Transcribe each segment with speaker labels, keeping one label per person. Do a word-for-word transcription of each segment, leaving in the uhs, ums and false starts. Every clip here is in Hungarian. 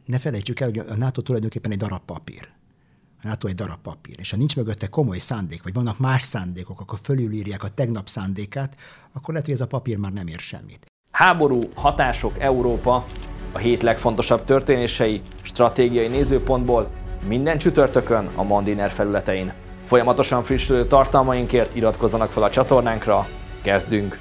Speaker 1: ne felejtsük el, hogy a NATO tulajdonképpen egy darab papír. A NATO egy darab papír. És ha nincs mögötte komoly szándék, vagy vannak más szándékok, akkor fölülírják a tegnap szándékát, akkor lehet, hogy ez a papír már nem ér semmit.
Speaker 2: Háború, hatások, Európa, a hét legfontosabb történései, stratégiai nézőpontból minden csütörtökön a Mandiner felületein. Folyamatosan frissülő tartalmainkért iratkozzanak fel a csatornánkra, kezdünk!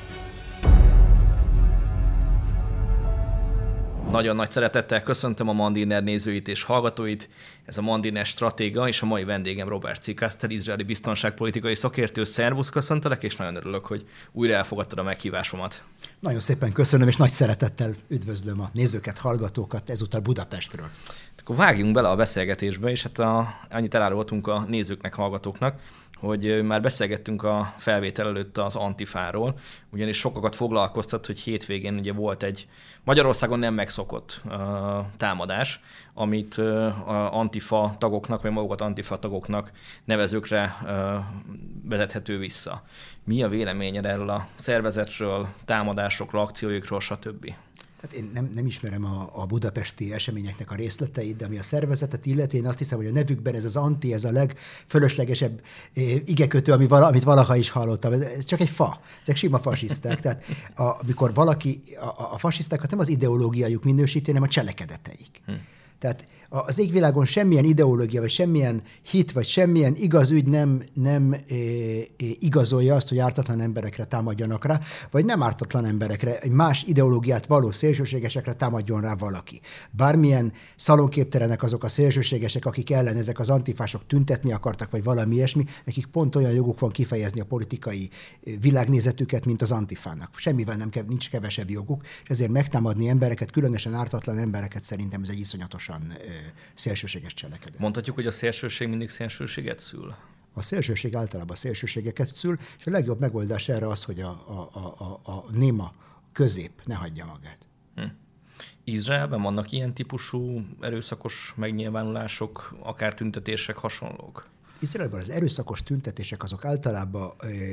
Speaker 2: Nagyon nagy szeretettel köszöntöm a Mandiner nézőit és hallgatóit. Ez a Mandiner stratéga és a mai vendégem Robert Cicaster, izraeli biztonságpolitikai szakértő. Szervusz, köszöntelek, és nagyon örülök, hogy újra elfogadtad a meghívásomat.
Speaker 1: Nagyon szépen köszönöm, és nagy szeretettel üdvözlöm a nézőket, hallgatókat ezúttal Budapestről.
Speaker 2: Akkor vágjunk bele a beszélgetésbe, és hát a, annyit elárultunk a nézőknek, hallgatóknak, hogy már beszélgettünk a felvétel előtt az Antifáról, ugyanis sokakat foglalkoztat, hogy hétvégén ugye volt egy Magyarországon nem megszokott uh, támadás, amit uh, Antifa tagoknak, vagy magukat Antifa tagoknak nevezőkre uh, vezethető vissza. Mi a véleményed erről a szervezetről, támadásokról, akcióikról, stb.?
Speaker 1: Hát én nem, nem ismerem a, a budapesti eseményeknek a részleteit, de ami a szervezetet illeti, én azt hiszem, hogy a nevükben ez az anti, ez a legfölöslegesebb igekötő, ami vala, amit valaha is hallottam. Ez csak egy fa. Ezek sima fasiszták. Tehát a, amikor valaki, a, a fasisztákat nem az ideológiájuk minősíti, hanem a cselekedeteik. Hm. Tehát az égvilágon semmilyen ideológia, vagy semmilyen hit, vagy semmilyen igaz ügy nem, nem é, é, igazolja azt, hogy ártatlan emberekre támadjanak rá, vagy nem ártatlan emberekre, egy más ideológiát való szélsőségesekre támadjon rá valaki. Bármilyen szalonképtelenek azok a szélsőségesek, akik ellen ezek az antifások tüntetni akartak, vagy valami ilyesmi, nekik pont olyan joguk van kifejezni a politikai világnézetüket, mint az antifának. Semmivel nem, nincs kevesebb joguk, és ezért megtámadni embereket, különösen ártatlan embereket szerintem ez egy iszonyatosan szélsőséges cselekedet.
Speaker 2: Mondhatjuk, hogy a szélsőség mindig szélsőséget szül?
Speaker 1: A szélsőség általában szélsőségeket szül, és a legjobb megoldás erre az, hogy a, a, a, a néma közép ne hagyja magát. Hm.
Speaker 2: Izraelben vannak ilyen típusú erőszakos megnyilvánulások, akár tüntetések, hasonlók?
Speaker 1: Izraelben az erőszakos tüntetések azok általában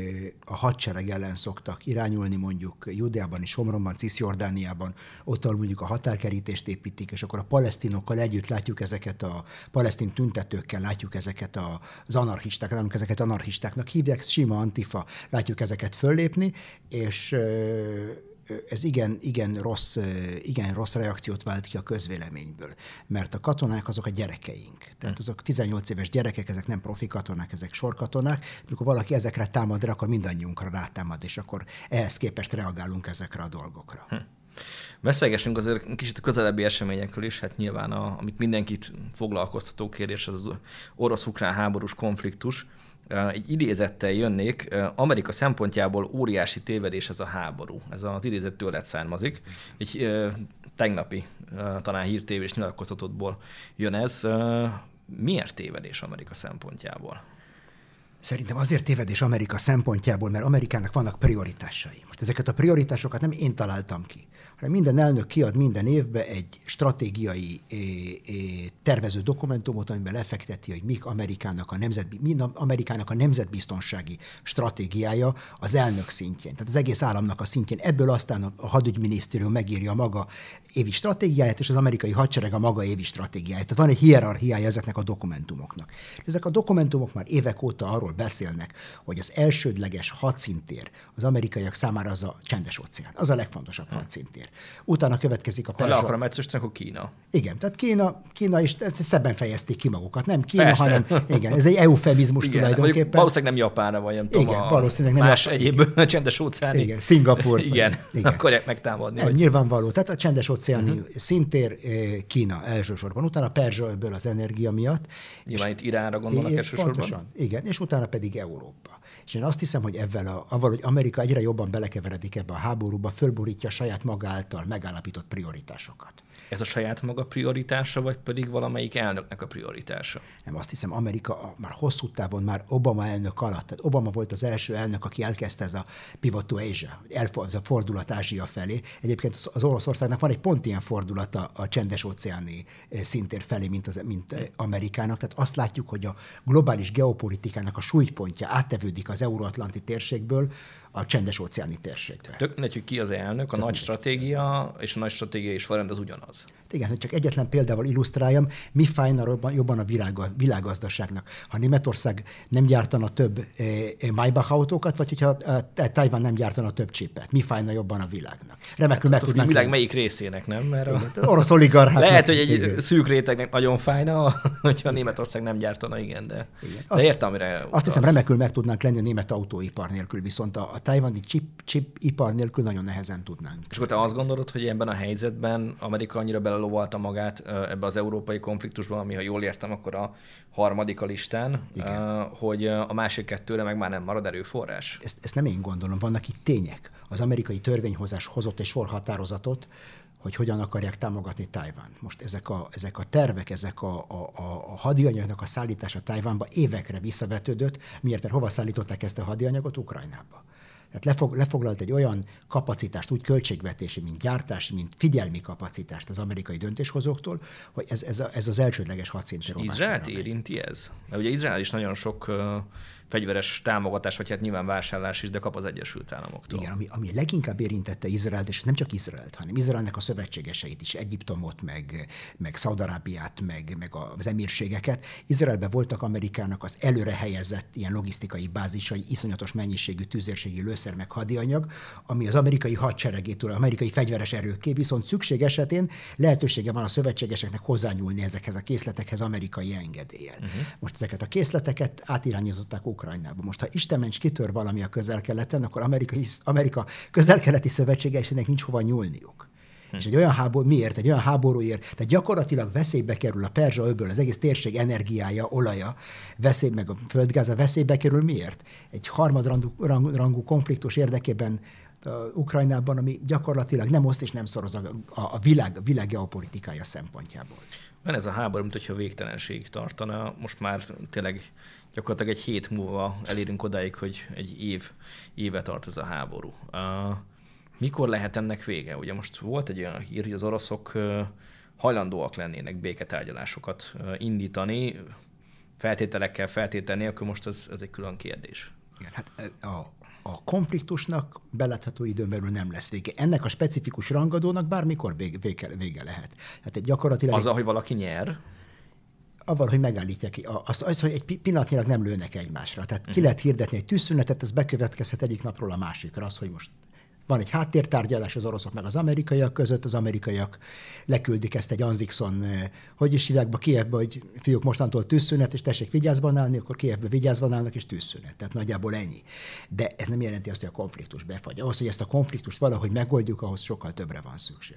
Speaker 1: a hadsereg ellen szoktak irányulni, mondjuk Júdeában és Homronban, Ciszjordániában, ott ahol mondjuk a határkerítést építik, és akkor a palesztinokkal együtt látjuk ezeket a palesztin tüntetőkkel, látjuk ezeket az anarchistákat, amikor ezeket anarchistáknak hívják, sima antifa, látjuk ezeket föllépni, és ez igen, igen, rossz, igen rossz reakciót vált ki a közvéleményből, mert a katonák azok a gyerekeink. Tehát azok tizennyolc éves gyerekek, ezek nem profi katonák, ezek sorkatonák. Mikor valaki ezekre támad rá, akkor mindannyiunkra rátámad, és akkor ehhez képest reagálunk ezekre a dolgokra. Hm.
Speaker 2: Beszélgessünk azért kicsit a közelebbi eseményekről is, hát nyilván a, amit mindenkit foglalkoztató kérdés, az az orosz-ukrán háborús konfliktus. Egy idézettel jönnék, Amerika szempontjából óriási tévedés ez a háború. Ez az idézet tőled származik. Egy tegnapi talán hírtévés nyilatkozatodból jön ez. Miért tévedés Amerika szempontjából?
Speaker 1: Szerintem azért tévedés Amerika szempontjából, mert Amerikának vannak prioritásai. Most ezeket a prioritásokat nem én találtam ki, hanem minden elnök kiad minden évben egy stratégiai é, é, tervező dokumentumot, amiben lefekteti, hogy mik Amerikának a, nemzet, mi Amerikának a nemzetbiztonsági stratégiája az elnök szintjén. Tehát az egész államnak a szintjén. Ebből aztán a hadügyminisztérium megírja a maga évi stratégiáját, és az amerikai hadsereg a maga évi stratégiáját. Tehát van egy hierarchiája ezeknek a dokumentumoknak. Ezek a dokumentumok már évek óta arról beszélnek, hogy az elsődleges hadszintér az amerikaiak számára az a Csendes-óceán. Az a legfontosabb hmm. hadszintér. Utána következik a
Speaker 2: perzsa. Ha le akarom egyszerűsíteni, akkor Kína.
Speaker 1: Igen, tehát Kína, Kína is szebben fejezték ki magukat. Nem Kína, Persze. hanem igen, ez egy eufemizmus igen, tulajdonképpen.
Speaker 2: Valószínűleg nem Japánra, vagy nem tudom,
Speaker 1: igen, valószínűleg nem
Speaker 2: más Japán, egyéb Csendes-óceáni.
Speaker 1: Igen, Szingapurt.
Speaker 2: igen, igen, akarják megtámadni.
Speaker 1: Nem, nyilvánvaló. Tehát a Csendes-óceáni uh-huh. szintér Kína elsősorban. Utána Perzsa-öböl az energia miatt.
Speaker 2: Nyilván itt Iránra gondolnak elsősorban.
Speaker 1: Pontosan, igen, és utána pedig Európa. És én azt hiszem, hogy ezzel, a, avval, hogy Amerika egyre jobban belekeveredik ebbe a háborúba, fölborítja saját maga által megállapított prioritásokat.
Speaker 2: Ez a saját maga prioritása, vagy pedig valamelyik elnöknek a prioritása?
Speaker 1: Nem, azt hiszem, Amerika már hosszú távon, már Obama elnök alatt, tehát Obama volt az első elnök, aki elkezdte ez a pivot to Asia, ez a fordulat Ázsia felé. Egyébként az Oroszországnak van egy pont ilyen fordulata a Csendes-óceáni szintér felé, mint, az, mint Amerikának. Tehát azt látjuk, hogy a globális geopolitikának a súlypontja áttevődik az euróatlanti térségből a csendes-óceáni térségbe.
Speaker 2: Tök mindegy, hogy ki az elnök, a nagy stratégia és a nagy stratégiai sorrend az ugyanaz.
Speaker 1: Igen, hogy csak egyetlen példával illusztráljam, mi fájna jobban a világgaz, világgazdaságnak. Ha Németország nem gyártana több eh, Maybach autókat, vagy hogyha eh, Tajvan nem gyártana több csipet, mi fájna jobban a világnak? Remekül
Speaker 2: hát,
Speaker 1: meg tudnánk...
Speaker 2: A világ melyik részének, nem? Mert a...
Speaker 1: orosz oligarchák...
Speaker 2: Lehet, hogy egy igen. szűk rétegnek nagyon fájna, hogyha Németország nem gyártana, igen, de, igen. Azt, de értem, amire...
Speaker 1: Azt hiszem, remekül meg tudnánk lenni a német autóipar nélkül, viszont a, a tajvani chip, chip ipar nélkül nagyon nehezen tudnánk.
Speaker 2: És akkor te azt gondolod, hogy ebben a helyzetben Amerika annyira belelovalta magát ebbe az európai konfliktusban, ami, ha jól értem, akkor a harmadik a listán, igen. hogy a másik kettőre meg már nem marad erőforrás?
Speaker 1: Ezt, ezt nem én gondolom, vannak itt tények. Az amerikai törvényhozás hozott egy sor határozatot, hogy hogyan akarják támogatni Tajvánt. Most ezek a, ezek a tervek, ezek a, a, a hadianyagnak a szállítása Tajvánba évekre visszavetődött. Miért? Mert hova szállították ezt a hadianyagot? Ukrajnába. Tehát lefog, lefoglalt egy olyan kapacitást, úgy költségvetési, mint gyártási, mint figyelmi kapacitást az amerikai döntéshozóktól, hogy ez, ez, a, ez az elsődleges hadszintű romás.
Speaker 2: Izraelt érinti ez? Mert ugye Izrael is nagyon sok uh, fegyveres támogatás, vagy hát nyilván vásárlás is, de kap az Egyesült Államoktól.
Speaker 1: Igen, ami, ami leginkább érintette Izraelt, és nem csak Izraelt, hanem Izraelnek a szövetségeseit is, Egyiptomot, meg, meg Szaudarábiát, meg, meg az emírségeket. Izraelben voltak Amerikának az előre helyezett ilyen logisztikai bázisai, iszonyatos mennyiségű tüzérségi lőszer, meg hadianyag, ami az amerikai hadseregétől, amerikai fegyveres erőkké, viszont szükség esetén lehetősége van a szövetségeseknek hozzányúlni ezekhez a készletekhez amerikai engedéllyel. Uh-huh. Most ezeket a készleteket átirányították Ukrajnába. Most, ha Isten ments kitör valami a közel-keleten, akkor amerikai, Amerika közel-keleti szövetségeseinek nincs hova nyúlniuk. Hm. És egy olyan háború, miért? Egy olyan háborúért, tehát gyakorlatilag veszélybe kerül a Perzsa-öböl, az egész térség energiája, olaja, veszély, meg a földgáza veszélybe kerül, miért? Egy harmadrangú rangú konfliktus érdekében a Ukrajnában, ami gyakorlatilag nem oszt és nem szoroz a, a, a világ, a világ geopolitikája szempontjából.
Speaker 2: Van ez a háború, mint hogyha végtelenségig tartana. Most már tényleg gyakorlatilag egy hét múlva elérünk odáig, hogy egy év, éve tart ez a háború. Uh, mikor lehet ennek vége? Ugye most volt egy olyan hír, hogy az oroszok uh, hajlandóak lennének béketárgyalásokat uh, indítani, feltételekkel, feltétel nélkül, most ez, ez egy külön kérdés.
Speaker 1: Igen, hát a, a konfliktusnak belátható időn belül nem lesz vége. Ennek a specifikus rangadónak bármikor vége, vége lehet. Hát gyakorlatilag
Speaker 2: azzal, egy... hogy valaki nyer?
Speaker 1: Avval, hogy megállítják ki. Azt, az, hogy egy pillanatnyilag nem lőnek egymásra. Tehát uh-huh. ki lehet hirdetni egy tűzszünetet, ez bekövetkezhet egyik napról a másikra. Az, hogy most van egy háttértárgyalás az oroszok meg az amerikaiak között, az amerikaiak leküldik ezt egy Anzikson, hogy is hívják be Kijevbe, hogy fiúk, mostantól tűzszünet, és tessék vigyázban állni, akkor Kijevbe vigyázban állnak, és tűzszünet. Tehát nagyjából ennyi. De ez nem jelenti azt, hogy a konfliktus befagy. Ahhoz, hogy ezt a konfliktust valahogy megoldjuk, ahhoz sokkal többre van szükség.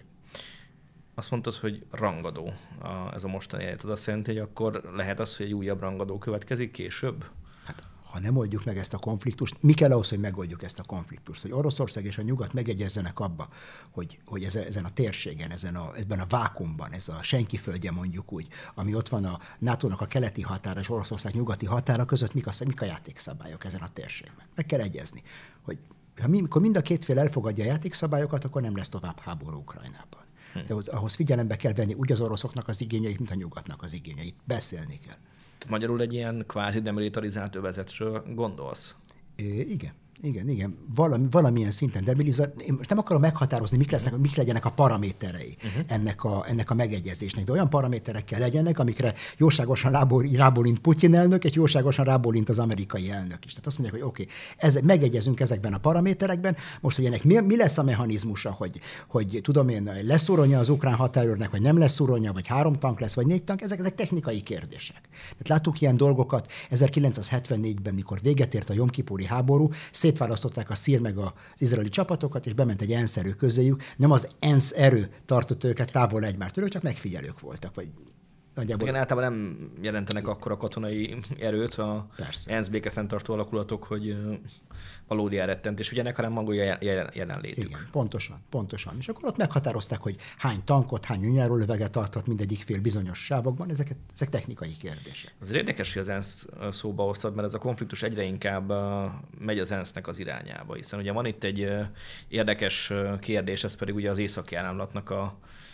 Speaker 2: Azt mondtad, hogy rangadó a, ez a mostani helyzet. Azt jelenti, hogy akkor lehet az, hogy egy újabb rangadó következik később?
Speaker 1: Hát, ha nem oldjuk meg ezt a konfliktust, mi kell ahhoz, hogy megoldjuk ezt a konfliktust? Hogy Oroszország és a Nyugat megegyezzenek abba, hogy, hogy ezen a térségen, ezen a, ebben a vákumban, ez a senki földje mondjuk úgy, ami ott van a nátónak a keleti határa és Oroszország nyugati határa között, mik a, mik a játékszabályok ezen a térségben. Meg kell egyezni, hogy ha mi, amikor mind a két fél elfogadja a játékszabályokat, akkor nem lesz tovább háború Ukrajnában. De ahhoz, ahhoz figyelembe kell venni úgy az oroszoknak az igényeit, mint a nyugatnak az igényeit. Beszélni kell.
Speaker 2: Tehát magyarul egy ilyen kvázi demilitarizált övezetről gondolsz?
Speaker 1: É, igen. Igen, igen. Valami, valamilyen szinten demilitarizált. Én most nem akarom meghatározni, mik, lesznek, mik legyenek a paraméterei uh-huh. ennek, a, ennek a megegyezésnek, de olyan paraméterekkel legyenek, amikre jóságosan rábólint Putyin elnök, és jóságosan rábólint az amerikai elnök is. Tehát azt mondják, hogy oké, okay, megegyezünk ezekben a paraméterekben, most, hogy ennek mi, mi lesz a mechanizmusa, hogy, hogy tudom én, lesz uronya az ukrán határőrnek, vagy nem lesz uronya, vagy három tank lesz, vagy négy tank, ezek, ezek technikai kérdések. Tehát láttuk ilyen dolgokat ezerkilencszázhetvennégyben, mikor véget ért a jomkipuri háború, szétválasztották a szír meg az izraeli csapatokat, és bement egy ENSZ erő közéjük. Nem az ENSZ erő tartott őket távol egymástól, ők csak megfigyelők voltak, vagy nagyjából...
Speaker 2: Igen, általában nem jelentenek akkor a katonai erőt a
Speaker 1: Persze.
Speaker 2: ENSZ békefenntartó alakulatok, hogy valódi elrettentés ügyenek, hanem maga jelen, jelenlétük.
Speaker 1: Igen, pontosan, pontosan. És akkor ott meghatározták, hogy hány tankot, hány önjárólöveget tarthat mindegyik fél bizonyos sávokban, ezeket, ezek technikai kérdések.
Speaker 2: Az érdekes, hogy az ENSZ szóba hoztad, mert ez a konfliktus egyre inkább megy az ENSZ-nek az irányába, hiszen ugye van itt egy érdekes kérdés, ez pedig ugye az északi államlatnak a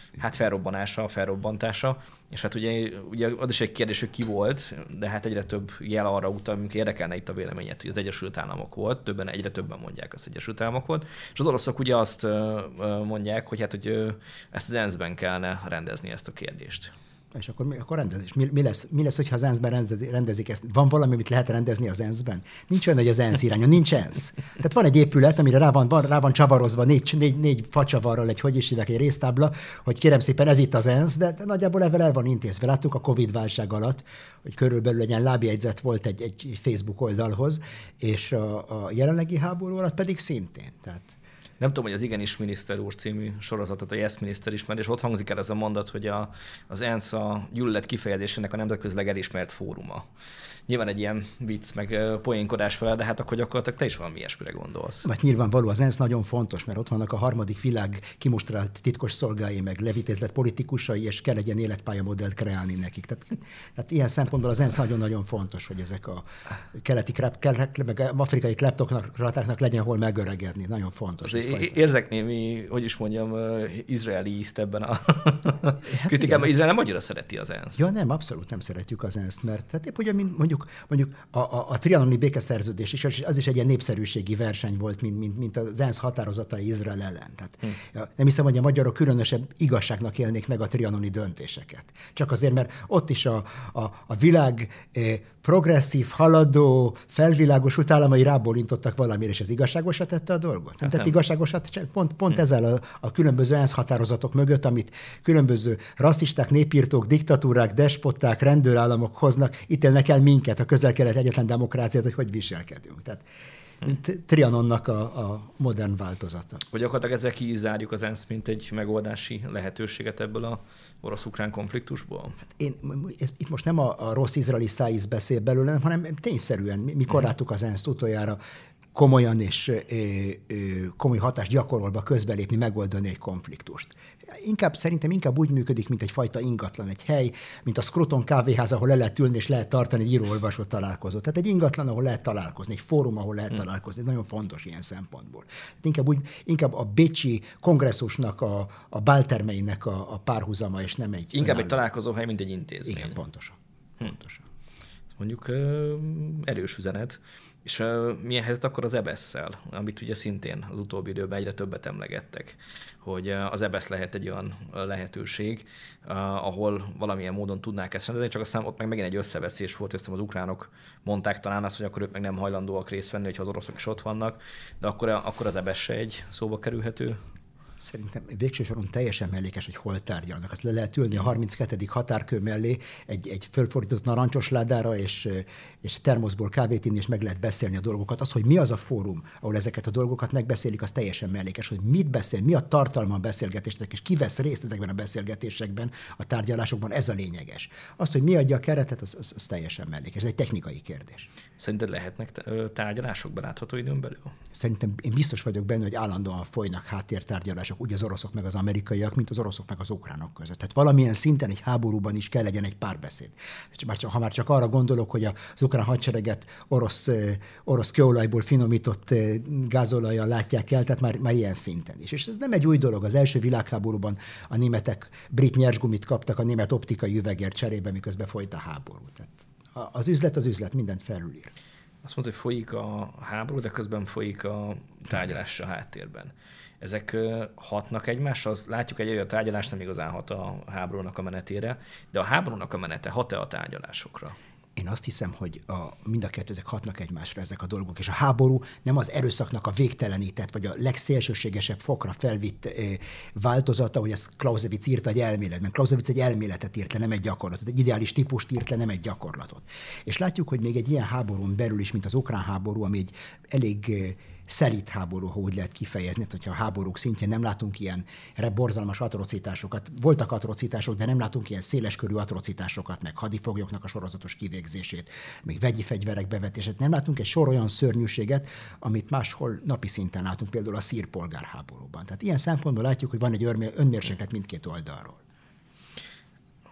Speaker 2: hát felrobbanása, felrobbantása, és hát ugye, ugye az is egy kérdés, hogy ki volt, de hát egyre több jel arra utal, amikor érdekelne itt a véleményet, hogy az Egyesült Államok volt, többen, egyre többen mondják az Egyesült Államok volt, és az oroszok ugye azt mondják, hogy hát, hogy ezt az ENSZ-ben kellene rendezni ezt a kérdést.
Speaker 1: És akkor, akkor rendezés. Mi, mi, lesz, mi lesz, hogyha az ENSZ-ben rendezik, rendezik ezt? Van valami, amit lehet rendezni az ENSZ-ben? Nincs olyan, hogy az ENSZ irányon, nincs ENSZ. Tehát van egy épület, amire rá van, van, rá van csavarozva négy, négy, négy facsavarral egy, hogy is hívják, egy résztábla, hogy kérem szépen, ez itt az ENSZ, de nagyjából ezzel el van intézve. Láttuk a Covid-válság alatt, hogy körülbelül egy ilyen lábjegyzet volt egy, egy Facebook oldalhoz, és a, a jelenlegi háború alatt pedig szintén. Tehát
Speaker 2: nem tudom, hogy az Igenis Miniszter úr című sorozatot a Yes Miniszter ismer, és ott hangzik el ez a mondat, hogy a, az ENSZ a gyűlölet kifejezésének a nemzetközileg elismert fóruma. Nyilván egy ilyen vicc, meg poénkodás fel, de hát akkor gyakorlatilag te is valami ilyesmire gondolsz.
Speaker 1: Mert nyilvánvaló, az ENSZ nagyon fontos, mert ott vannak a harmadik világ kimustrált titkos szolgái, meg levitézlet politikusai, és kell egy ilyen életpályamodellt kreálni nekik. Tehát, tehát ilyen szempontból az ENSZ nagyon-nagyon fontos, hogy ezek a keleti, krep, meg afrikai kleptokratáknak legyen hol megöregedni. Nagyon fontos.
Speaker 2: Érzek némi, hogy is mondjam, izraeli ízt ebben a hát kritikában. Izrael nem annyira szereti az ENSZ-t.
Speaker 1: Ja, nem, abszolút nem szeretjük az ENSZ-t, mert tehát épp ugye mondjuk Mondjuk a, a, a trianoni békeszerződés is, az is egy ilyen népszerűségi verseny volt, mint, mint, mint az ENSZ határozatai Izrael ellen. Tehát hmm. Nem hiszem, hogy a magyarok különösebb igazságnak élnék meg a trianoni döntéseket. Csak azért, mert ott is a, a, a világ eh, progresszív, haladó, felvilágosult államai rábólintottak valamire, és ez igazságosat tette a dolgot? Nem tett igazságosat? Pont, pont hmm. ezzel a, a különböző ENSZ határozatok mögött, amit különböző rasszisták, népírtók, diktatúrák, despoták, rendőrállamok hoznak, ítélnek el minket, a Közel-Kelet egyetlen demokráciát, hogy hogy viselkedünk. Tehát mint Trianonnak a, a modern változata.
Speaker 2: Hogy gyakorlatilag ezzel ki is zárjuk az ENSZ, mint egy megoldási lehetőséget ebből a orosz-ukrán konfliktusból? Hát
Speaker 1: én, itt most nem a, a rossz izraeli szájíz beszél belőle, hanem tényszerűen, mikor láttuk az ENSZ-t utoljára komolyan és ö, ö, komoly hatást gyakorolva közbelépni, megoldani egy konfliktust. Inkább szerintem inkább úgy működik, mint egyfajta ingatlan, egy hely, mint a Scruton kávéház, ahol le lehet ülni és lehet tartani egy író-olvasó találkozót. Tehát egy ingatlan, ahol lehet találkozni, egy fórum, ahol lehet hmm. találkozni. Nagyon fontos ilyen szempontból. Inkább, úgy, inkább a bécsi kongresszusnak, a, a báltermeinek a, a párhuzama, és nem egy...
Speaker 2: Inkább önálló. Egy találkozóhely, mint egy intézmény.
Speaker 1: Igen, pontosan.
Speaker 2: Hmm.
Speaker 1: pontosan.
Speaker 2: Mondjuk ö, erős üzenet. És uh, milyen helyzet akkor az ebesszel, amit ugye szintén az utóbbi időben egyre többet emlegettek, hogy uh, az ebesz lehet egy olyan uh, lehetőség, uh, ahol valamilyen módon tudnák ezt rendezni, csak aztán ott meg megint egy összeveszés volt, aztán az ukránok mondták talán azt, hogy akkor ők meg nem hajlandóak részt venni, hogyha az oroszok is ott vannak, de akkor, akkor az ebesz se egy szóba kerülhető.
Speaker 1: Szerintem végső soron teljesen mellékes, hogy hol tárgyalnak. Azt le lehet ülni a harminckettedik határkő mellé egy, egy fölfordított narancsos ládára, és, és termoszból kávét inni, és meg lehet beszélni a dolgokat. Az, hogy mi az a fórum, ahol ezeket a dolgokat megbeszélik, az teljesen mellékes, hogy mit beszél, mi a tartalma a beszélgetésnek, és ki vesz részt ezekben a beszélgetésekben, a tárgyalásokban, ez a lényeges. Az, hogy mi adja a keretet, az, az, az teljesen mellékes. Ez egy technikai kérdés.
Speaker 2: Szerinted lehetnek tárgyalások belátható időn belül?
Speaker 1: Szerintem én biztos vagyok benne, hogy állandóan folynak háttértárgyalások, úgy az oroszok meg az amerikaiak, mint az oroszok meg az ukránok között. Tehát valamilyen szinten egy háborúban is kell legyen egy párbeszéd. Ha már csak arra gondolok, hogy az ukrán hadsereget orosz, orosz kőolajból finomított gázolajjal látják el, tehát már, már ilyen szinten is. És ez nem egy új dolog. Az első világháborúban a németek brit nyersgumit kaptak a német optikai üvegért cserébe, miközben folyt a háború. Tehát az üzlet az üzlet, mindent felülír.
Speaker 2: Azt mondta, hogy folyik a háború, de közben folyik a tárgyalás a háttérben. Ezek hatnak egymásra? Látjuk, egy olyan tárgyalás nem igazán hat a háborúnak a menetére, de a háborúnak a menete hat-e a tárgyalásokra?
Speaker 1: Én azt hiszem, hogy a, mind a kettő ezek hatnak egymásra ezek a dolgok, és a háború nem az erőszaknak a végtelenített, vagy a legszélsőségesebb fokra felvitt e, változata, hogy ezt Clausewitz írta egy elméletben. Clausewitz egy elméletet írt le, nem egy gyakorlatot, egy ideális típust írt le, nem egy gyakorlatot. És látjuk, hogy még egy ilyen háborún belül is, mint az ukrán háború, ami egy elég szelíd háború, ha úgy lehet kifejezni, hogyha a háborúk szintjén nem látunk ilyen borzalmas atrocitásokat. Voltak atrocitások, de nem látunk ilyen széleskörű atrocitásokat, meg hadifoglyoknak a sorozatos kivégzését, még vegyi fegyverek bevetését. Nem látunk egy sor olyan szörnyűséget, amit máshol napi szinten látunk, például a szír polgárháborúban. Tehát ilyen szempontból látjuk, hogy van egy önmérséklet mindkét oldalról.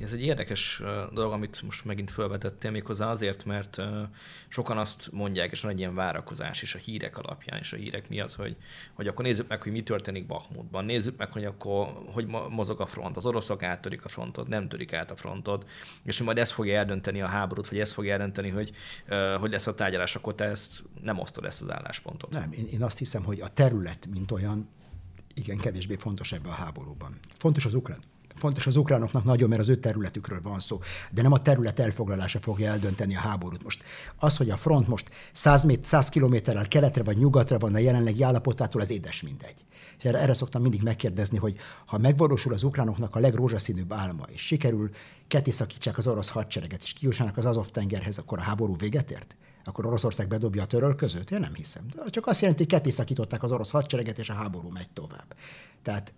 Speaker 2: Ez egy érdekes dolog, amit most megint felvetettél, méghozzá azért, mert sokan azt mondják, és van egy ilyen várakozás is a hírek alapján, és a hírek miatt, hogy, hogy akkor nézzük meg, hogy mi történik Bakhmutban, nézzük meg, hogy akkor hogy mozog a front, az oroszok áttörik a frontot, nem törik át a frontot, és majd ez fogja eldönteni a háborút, vagy ez fogja eldönteni, hogy hogy lesz a tárgyalás, akkor te ezt nem osztod, ezt az álláspontot.
Speaker 1: Nem, én, én azt hiszem, hogy a terület, mint olyan, igen, kevésbé fontos ebben a háborúban. Fontos az ukrán. Fontos az ukránoknak nagyon, mert az ő területükről van szó, de nem a terület elfoglalása fogja eldönteni a háborút. Most az, hogy a front most száz kilométerrel keletre vagy nyugatra van a jelenlegi állapotától, az édes mindegy. És erre, erre szoktam mindig megkérdezni, hogy ha megvalósul az ukránoknak a legrózsaszínűbb álma, és sikerül kettiszakítsák az orosz hadsereget, és kijussanak az Azov-tengerhez, akkor a háború véget ért? Akkor Oroszország bedobja a törölközőt? Én nem hiszem. Csak azt jelenti, hogy kettiszakították az orosz hadsereget, és a háború megy tovább. Tehát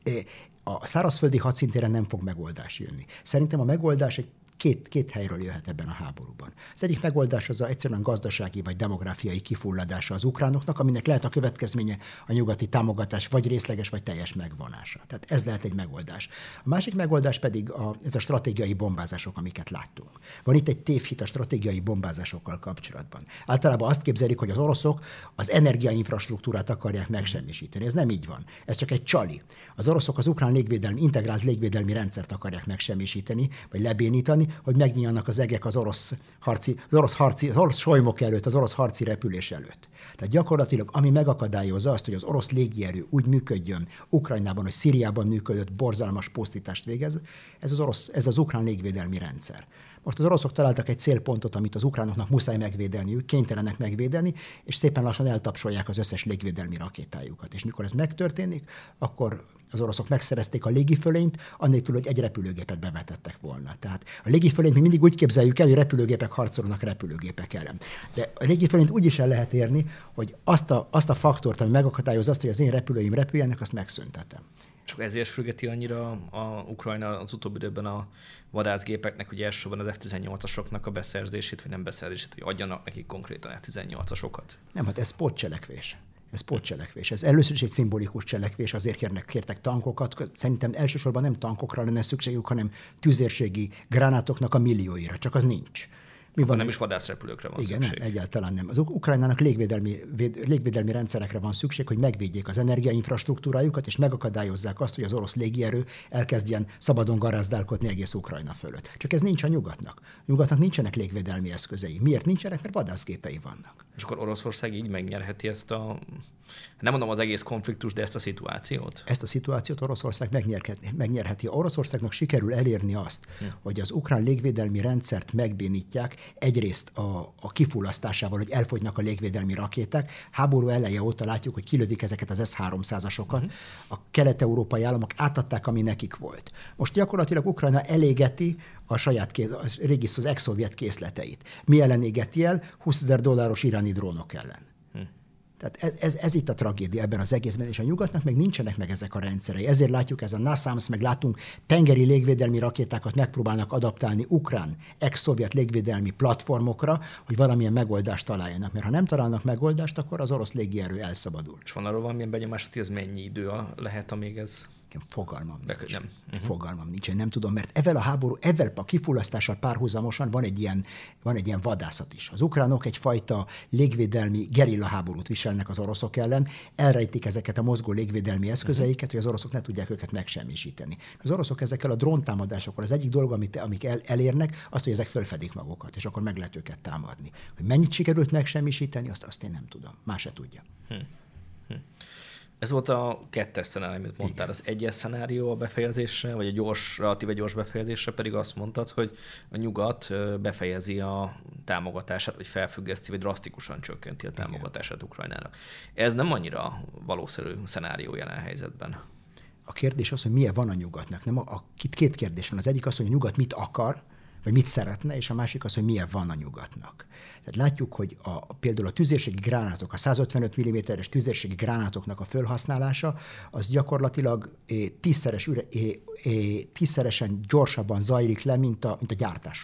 Speaker 1: a szárazföldi hadszintéren nem fog megoldás jönni. Szerintem a megoldás egy Két, két helyről jöhet ebben a háborúban. Az egyik megoldás az a egyszerűen gazdasági vagy demográfiai kifulladása az ukránoknak, aminek lehet a következménye a nyugati támogatás vagy részleges, vagy teljes megvonása. Tehát ez lehet egy megoldás. A másik megoldás pedig a, ez a stratégiai bombázások, amiket láttunk. Van itt egy tévhit a stratégiai bombázásokkal kapcsolatban. Általában azt képzelik, hogy az oroszok az energiainfrastruktúrát akarják megsemmisíteni. Ez nem így van. Ez csak egy csali. Az oroszok az ukrán légvédelmi, integrált légvédelmi rendszert akarják megsemmisíteni, vagy lebénítani, hogy megnyíljanak az egek az orosz harci, az orosz harci, az orosz solymok előtt, az orosz harci repülés előtt. Tehát gyakorlatilag, ami megakadályozza azt, hogy az orosz légierő úgy működjön Ukrajnában, hogy Szíriában működött, borzalmas pusztítást végez, ez az, orosz, ez az ukrán légvédelmi rendszer. Most az oroszok találtak egy célpontot, amit az ukránoknak muszáj megvédeniük, kénytelenek megvédeni, és szépen lassan eltapsolják az összes légvédelmi rakétájukat. És mikor ez megtörténik, akkor az oroszok megszerezték a légifölényt, annélkül, hogy egy repülőgépet bevetettek volna. Tehát a légifölényt mi mindig úgy képzeljük el, hogy repülőgépek harcolnak repülőgépek ellen. De a légifölényt úgy is el lehet érni, hogy azt a, azt a faktort, ami megakadályoz azt, hogy az én repülőim repüljenek, azt megszüntetem.
Speaker 2: Csak ezért sürgeti annyira a Ukrajna az utóbbi időben a vadászgépeknek, ugye elsősorban az ef tizennyolcasoknak a beszerzését, vagy nem beszerzését, hogy adjanak nekik konkrétan ef tizennyolcasokat.
Speaker 1: Nem, hát ez pótcselekvés. Ez pótcselekvés. Ez először is egy szimbolikus cselekvés, azért kérnek, kértek tankokat. Szerintem elsősorban nem tankokra lenne szükségük, hanem tüzérségi gránátoknak a millióira. Csak az nincs. Mi van?
Speaker 2: Nem is vadászrepülőkre van
Speaker 1: Igen,
Speaker 2: szükség.
Speaker 1: Nem, egyáltalán nem. Az Ukrajnának légvédelmi, véd, légvédelmi rendszerekre van szükség, hogy megvédjék az energiainfrastruktúrájukat, és megakadályozzák azt, hogy az orosz légierő elkezdjen szabadon garázdálkodni egész Ukrajna fölött. Csak ez nincs a nyugatnak. A nyugatnak nincsenek légvédelmi eszközei. Miért nincsenek? Mert vadászgépei vannak.
Speaker 2: És akkor Oroszország így megnyerheti ezt a, nem mondom az egész konfliktus, de ezt a szituációt?
Speaker 1: Ezt a szituációt Oroszország megnyerheti. Oroszországnak sikerül elérni azt, hm. hogy az ukrán légvédelmi rendszert megbénítják, egyrészt a, a kifullasztásával, hogy elfogynak a légvédelmi rakéták. Háború eleje óta látjuk, hogy kilövik ezeket az es háromszázasokat. Uh-huh. A kelet-európai államok átadták, ami nekik volt. Most gyakorlatilag Ukrajna elégeti a saját kéz, a régi az ex-szovjet készleteit. Mi ellen égeti el? húszezer dolláros iráni drónok ellen. Tehát ez, ez, ez itt a tragédia ebben az egészben, és a nyugatnak meg nincsenek meg ezek a rendszerei. Ezért látjuk, ez a NASAMS, meg látunk tengeri légvédelmi rakétákat megpróbálnak adaptálni ukrán, ex-szovjet légvédelmi platformokra, hogy valamilyen megoldást találjanak. Mert ha nem találnak megoldást, akkor az orosz légierő elszabadul.
Speaker 2: És van arról valamilyen benyomás, hogy ez mennyi idő lehet, amíg ez...
Speaker 1: Fogalmam nincs.
Speaker 2: Nem. Uh-huh.
Speaker 1: Fogalmam nincs, én nem tudom, mert ezzel a háború, ezzel a kifullasztással párhuzamosan van egy, ilyen, van egy ilyen vadászat is. Az ukránok egyfajta légvédelmi gerilla háborút viselnek az oroszok ellen, elrejtik ezeket a mozgó légvédelmi eszközeiket, uh-huh. hogy az oroszok ne tudják őket megsemmisíteni. Az oroszok ezekkel a dróntámadásokkal, az egyik dolog, amit, amik el, elérnek, azt, hogy ezek fölfedik magukat, és akkor meg lehet őket támadni. Hogy mennyit sikerült megsemmisíteni, azt, azt én nem tudom. Más se tudja.
Speaker 2: Hmm. Hmm. Ez volt a kettes szenárió, amit mondtál. Az egyes szenárió a befejezésre, vagy a gyors, relatíve gyors befejezésre pedig azt mondtad, hogy a nyugat befejezi a támogatását, vagy felfüggeszti, vagy drasztikusan csökkenti a támogatását Ukrajnának. Ez nem annyira valószerű szenárió jelen helyzetben.
Speaker 1: A kérdés az, hogy milyen van a nyugatnak. Nem, a, a, itt két kérdés van. Az egyik az, hogy a nyugat mit akar, vagy mit szeretne, és a másik az, hogy milyen van a nyugatnak. Tehát látjuk, hogy a, például a tüzérségi gránátok, a százötvenöt milliméteres tüzérségi gránátoknak a felhasználása, az gyakorlatilag é, tízszeres, é, é, tízszeresen gyorsabban zajlik le, mint a, mint a gyártások.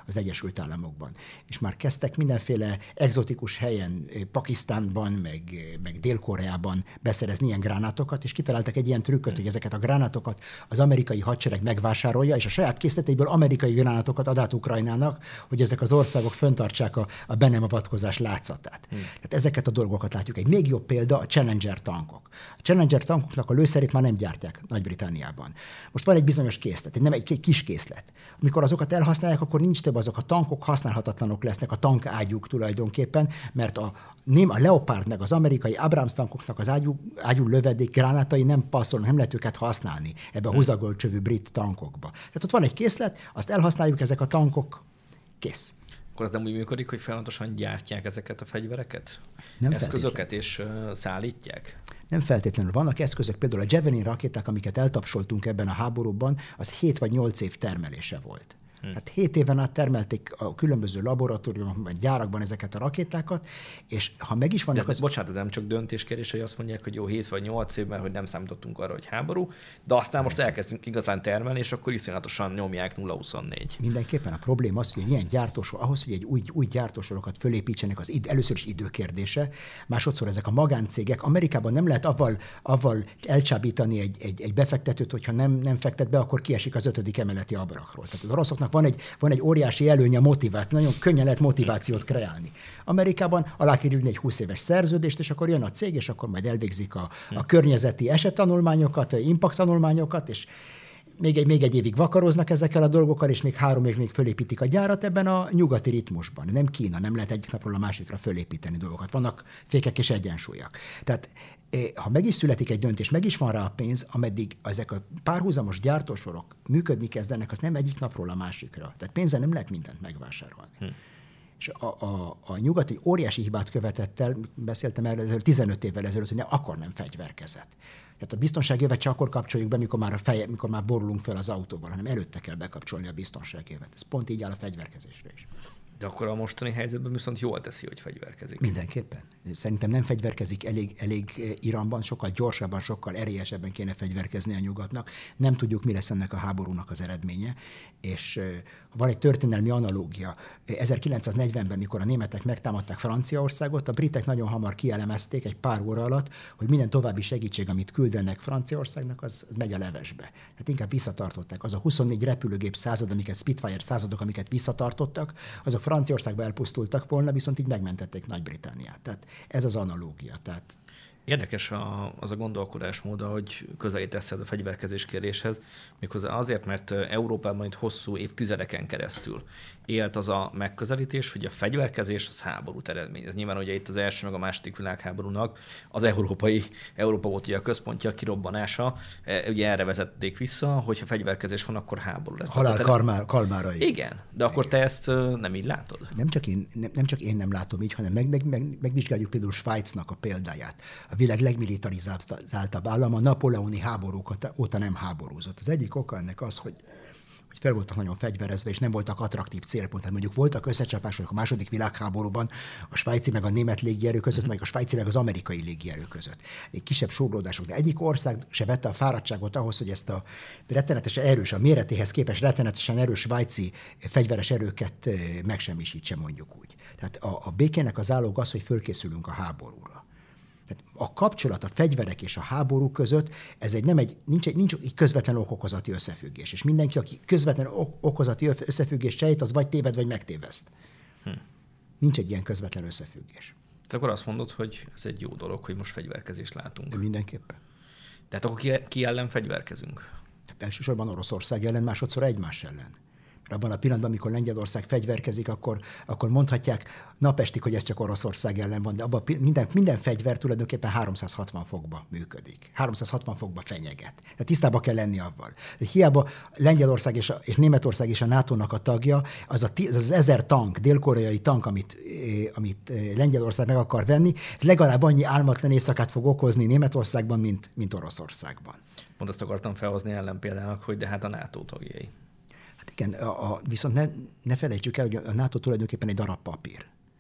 Speaker 1: az Egyesült Államokban. És már kezdtek mindenféle egzotikus helyen, Pakisztánban, meg, meg Dél-Koreában beszerezni ilyen gránátokat, és kitaláltak egy ilyen trükköt, hogy ezeket a gránátokat az amerikai hadsereg megvásárolja, és a saját készleteiből amerikai gránátokat ad át Ukrajnának, hogy ezek az országok fenntartsák a, a be nem avatkozás látszatát. Hmm. Tehát ezeket a dolgokat látjuk. Egy még jobb példa a Challenger tankok. A Challenger tankoknak a lőszerét már nem gyártják Nagy-Britanniában. Most van egy bizonyos készlet, nem egy kis készlet. Amikor azokat elhasználják, akkor nincs több, azok a tankok használhatatlanok lesznek, a tankágyúk tulajdonképpen, mert a, a Leopard meg az amerikai Abrams tankoknak az ágyú, ágyú lövedék gránátai nem passzolnak, nem lehet őket használni ebbe a húzagolcsövű brit tankokba. Tehát ott van egy készlet, azt elhasználjuk, ezek a tankok, kész.
Speaker 2: Akkor az nem úgy működik, hogy folyamatosan gyártják ezeket a fegyvereket?
Speaker 1: Nem
Speaker 2: eszközöket és uh, szállítják?
Speaker 1: Nem feltétlenül. Vannak eszközök, például a Javelin rakéták, amiket eltapsoltunk ebben a háborúban, az hét vagy nyolc év termelése volt. Hmm. Hát hét éven át termelték a különböző laboratóriumokban, gyárakban ezeket a rakétákat, és ha meg is vannak...
Speaker 2: De ez, az... Bocsánat, nem csak döntéskérdés, hogy azt mondják, hogy jó, hét vagy nyolc évben, hogy nem számítottunk arra, hogy háború, de aztán most elkezdünk igazán termelni, és akkor iszonyatosan nyomják nulla huszonnégy.
Speaker 1: Mindenképpen a probléma az, hogy egy ilyen gyártósor, ahhoz, hogy egy új, új gyártósorokat fölépítsenek, az id, először is időkérdése, másodszor ezek a magáncégek. Amerikában nem lehet avval, avval elcsábítani egy, egy, egy befektetőt, hogyha nem, nem fektet be, akkor kiesik az ötödik emeleti ablakról. Tehát az oroszoknak van egy, van egy óriási előnye, motiváció, nagyon könnyen lehet motivációt kreálni. Amerikában alá kell írni egy húsz éves szerződést, és akkor jön a cég, és akkor majd elvégzik a, a környezeti esettanulmányokat, impact tanulmányokat, és még egy, még egy évig vakaroznak ezekkel a dolgokkal, és még három év még fölépítik a gyárat ebben a nyugati ritmusban. Nem Kína, nem lehet egyik napról a másikra fölépíteni dolgokat. Vannak fékek és egyensúlyak. Tehát ha meg is születik egy döntés, meg is van rá a pénz, ameddig ezek a párhuzamos gyártósorok működni kezdenek, az nem egyik napról a másikra. Tehát pénzzel nem lehet mindent megvásárolni. Hm. És a, a, a nyugati óriási hibát követett el, beszéltem erről tizenöt évvel ezelőtt, hogy ne, akkor nem fegyverkezett. Tehát a biztonságjövet csak akkor kapcsoljuk be, mikor már, a feje, mikor már borulunk fel az autóval, hanem előtte kell bekapcsolni a biztonságjövet. Ez pont így áll a fegyverkezésre is.
Speaker 2: De akkor a mostani helyzetben viszont jól teszi, hogy fegyverkezik.
Speaker 1: Mindenképpen. Szerintem nem fegyverkezik elég, elég Iránban, sokkal gyorsabban, sokkal erélyesebben kéne fegyverkezni a nyugatnak. Nem tudjuk, mi lesz ennek a háborúnak az eredménye. És van egy történelmi analógia. ezerkilencszáznegyvenben, mikor a németek megtámadták Franciaországot, a britek nagyon hamar kielemezték egy pár óra alatt, hogy minden további segítség, amit küldenek Franciaországnak, az, az megy a levesbe. Tehát inkább visszatartották. Az a huszonnégy repülőgép század, amiket Spitfire századok, amiket visszatartottak, azok Franciaországba elpusztultak volna, viszont így megmentették Nagy-Britanniát. Tehát ez az analógia. Tehát
Speaker 2: érdekes a, az a gondolkodásmód, hogy közelítesz a fegyverkezés kérdéshez, méghozzá azért, mert Európában itt hosszú évtizedeken keresztül élt az a megközelítés, hogy a fegyverkezés az háborút eredményez. Nyilván ugye itt az első meg a második világháborúnak az európai, Európa volt ugye a központja, a kirobbanása, ugye erre vezették vissza, hogy ha fegyverkezés van, akkor háború lesz.
Speaker 1: Halál kalmár, kalmárai.
Speaker 2: Igen, de akkor te ezt nem így látod?
Speaker 1: Nem csak én nem, nem, csak én nem látom így, hanem meg, meg, meg, megvizsgáljuk például Svájcnak a példáját. A világ legmilitarizáltabb állama, a napóleoni háborúk óta nem háborúzott. Az egyik oka ennek az, hogy hogy fel voltak nagyon fegyverezve, és nem voltak attraktív célpont. Tehát mondjuk voltak összecsapások a második világháborúban a svájci meg a német légierő között, meg a svájci meg az amerikai légierő között. Egy kisebb sóródások, de egyik ország se vette a fáradtságot ahhoz, hogy ezt a rettenetesen erős, a méretéhez képest rettenetesen erős svájci fegyveres erőket megsemmisítse, mondjuk úgy. Tehát a, a békének az állóg az, hogy fölkészülünk a háborúra. Tehát a kapcsolat a fegyverek és a háború között, ez egy nem egy, nincs, egy, nincs egy közvetlen okokozati összefüggés. És mindenki, aki közvetlen okozati összefüggés sejt, az vagy téved, vagy megtéveszt. Hm. Nincs egy ilyen közvetlen összefüggés.
Speaker 2: Te akkor azt mondod, hogy ez egy jó dolog, hogy most fegyverkezést látunk.
Speaker 1: De mindenképpen.
Speaker 2: Tehát akkor ki, ki ellen fegyverkezünk?
Speaker 1: Tehát elsősorban Oroszország ellen, másodszor egymás ellen. Abban a pillanatban, amikor Lengyelország fegyverkezik, akkor, akkor mondhatják napestig, hogy ez csak Oroszország ellen van, de abban minden, minden fegyver tulajdonképpen háromszázhatvan fokba működik. háromszázhatvan fokba fenyeget. Tehát tisztában kell lenni avval. De hiába Lengyelország és, a, és Németország és a nátónak a tagja, az a, az, az ezer tank, dél-koreai tank, amit, amit Lengyelország meg akar venni, ez legalább annyi álmatlan éjszakát fog okozni Németországban, mint, mint Oroszországban.
Speaker 2: Pont azt akartam felhozni ellenpéldának, hogy de hát a NATO tagjai.
Speaker 1: Hát igen, a, a, viszont ne, ne felejtsük el, hogy a NATO tulajdonképpen egy darab papír.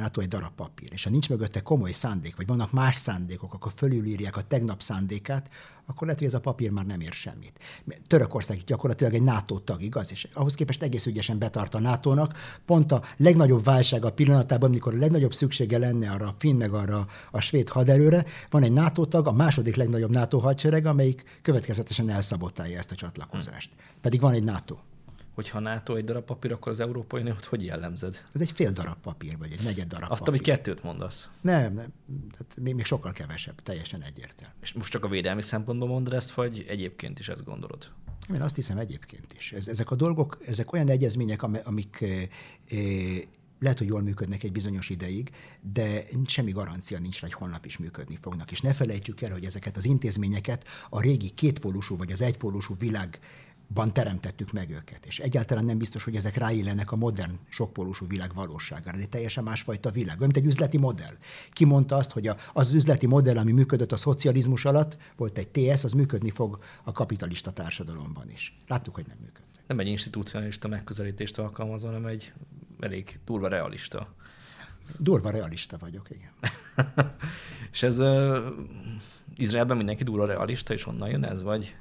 Speaker 1: A NATO egy darab papír. És ha nincs mögötte komoly szándék, vagy vannak más szándékok, akkor fölülírják a tegnap szándékát, akkor lehet, hogy ez a papír már nem ér semmit. Törökország gyakorlatilag egy NATO tag, igaz? És ahhoz képest egész ügyesen betart a nátónak. Pont a legnagyobb válság a pillanatában, amikor a legnagyobb szüksége lenne arra a finn meg arra a svéd haderőre, van egy NATO tag, a második legnagyobb NATO hadsereg, amelyik következetesen elszabotálja ezt a csatlakozást. Pedig van egy NATO.
Speaker 2: Hogyha a NATO egy darab papír, akkor az Európai Uniót hogy jellemzed?
Speaker 1: Ez egy fél darab papír, vagy egy negyed darab
Speaker 2: Azt,
Speaker 1: papír.
Speaker 2: ami kettőt mondasz.
Speaker 1: Nem, nem. Tehát még, még sokkal kevesebb, teljesen egyértelmű.
Speaker 2: És most csak a védelmi szempontból mondod ezt, vagy egyébként is ezt gondolod?
Speaker 1: Én azt hiszem egyébként is. Ez, ezek a dolgok, ezek olyan egyezmények, amik eh, eh, lehet, hogy jól működnek egy bizonyos ideig, de semmi garancia nincs rá, hogy holnap is működni fognak. És ne felejtsük el, hogy ezeket az intézményeket a régi kétpólusú vagy az egypólusú világban teremtettük meg őket. És egyáltalán nem biztos, hogy ezek ráillenek a modern, sokpólusú világ valóságára. Ez egy teljesen másfajta világ. Olyan, mint egy üzleti modell. Ki mondta azt, hogy az üzleti modell, ami működött a szocializmus alatt, volt egy té es, az működni fog a kapitalista társadalomban is. Láttuk, hogy nem működött.
Speaker 2: Nem egy institucionalista megközelítést alkalmaz, hanem egy elég durva realista.
Speaker 1: Durva realista vagyok, igen.
Speaker 2: És ez uh, Izraelben mindenki durva realista, és onnan jön ez, vagy?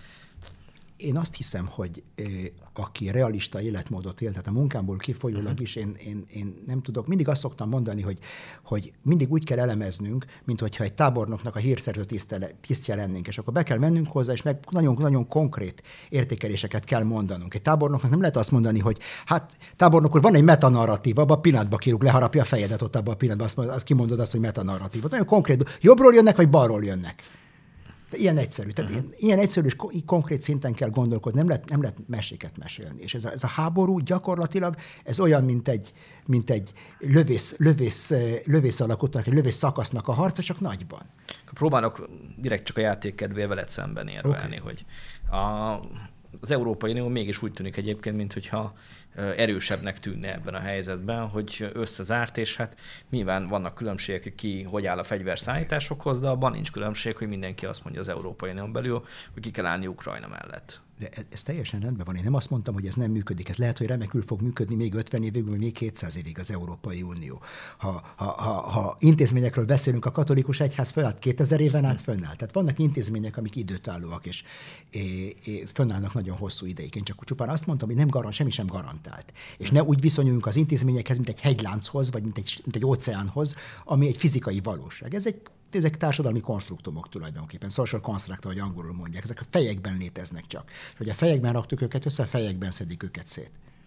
Speaker 1: Én azt hiszem, hogy eh, aki realista életmódot él, tehát a munkámból kifolyólag uh-huh. is, én, én, én nem tudok. Mindig azt szoktam mondani, hogy, hogy mindig úgy kell elemeznünk, mint hogyha egy tábornoknak a hírszerző tisztje lennénk, és akkor be kell mennünk hozzá, és meg nagyon-nagyon konkrét értékeléseket kell mondanunk. Egy tábornoknak nem lehet azt mondani, hogy hát tábornok úr, van egy metanarratív, abban a pillanatban kirúg, leharapja a fejedet ott abban a pillanatban, azt, azt kimondod azt, hogy metanarratív. Nagyon konkrét, jobbról jönnek, vagy balról jönnek. Ilyen egyszerű. Tehát uh-huh. ilyen, ilyen egyszerű és konkrét szinten kell gondolkodni, nem lehet, nem lehet meséket mesélni. És ez a, ez a háború gyakorlatilag ez olyan, mint egy, mint egy lövész, lövész, lövész alakotnak, egy lövész szakasznak a harca, csak nagyban.
Speaker 2: Próbálok direkt csak a játék kedvéért veled szemben érvelni, okay. hogy a, az Európai Unió mégis úgy tűnik egyébként, mintha erősebbnek tűnne ebben a helyzetben, hogy összezárt, és hát nyilván vannak különbségek, hogy ki hogy áll a fegyverszállításokhoz, de abban nincs különbség, hogy mindenki azt mondja az Európai Unión belül, hogy ki kell állni Ukrajna mellett.
Speaker 1: De ez, ez teljesen rendben van. Én nem azt mondtam, hogy ez nem működik. Ez lehet, hogy remekül fog működni még ötven évig, vagy még kétszáz évig az Európai Unió. Ha, ha, ha, ha intézményekről beszélünk, a katolikus egyház fönnállt kétezer éven át fönnállt. Tehát vannak intézmények, amik időtállóak, és é, é, fönnállnak nagyon hosszú ideig. Én csak csupán azt mondtam, hogy nem garant, semmi sem garantált. És ne úgy viszonyuljunk az intézményekhez, mint egy hegylánchoz, vagy mint egy, mint egy óceánhoz, ami egy fizikai valóság. Ez egy Ezek társadalmi konstruktumok tulajdonképpen, social construct, ahogy angolul mondják. Ezek a fejekben léteznek csak. És hogy a fejekben raktuk őket össze, a fejekben szedik őket szét.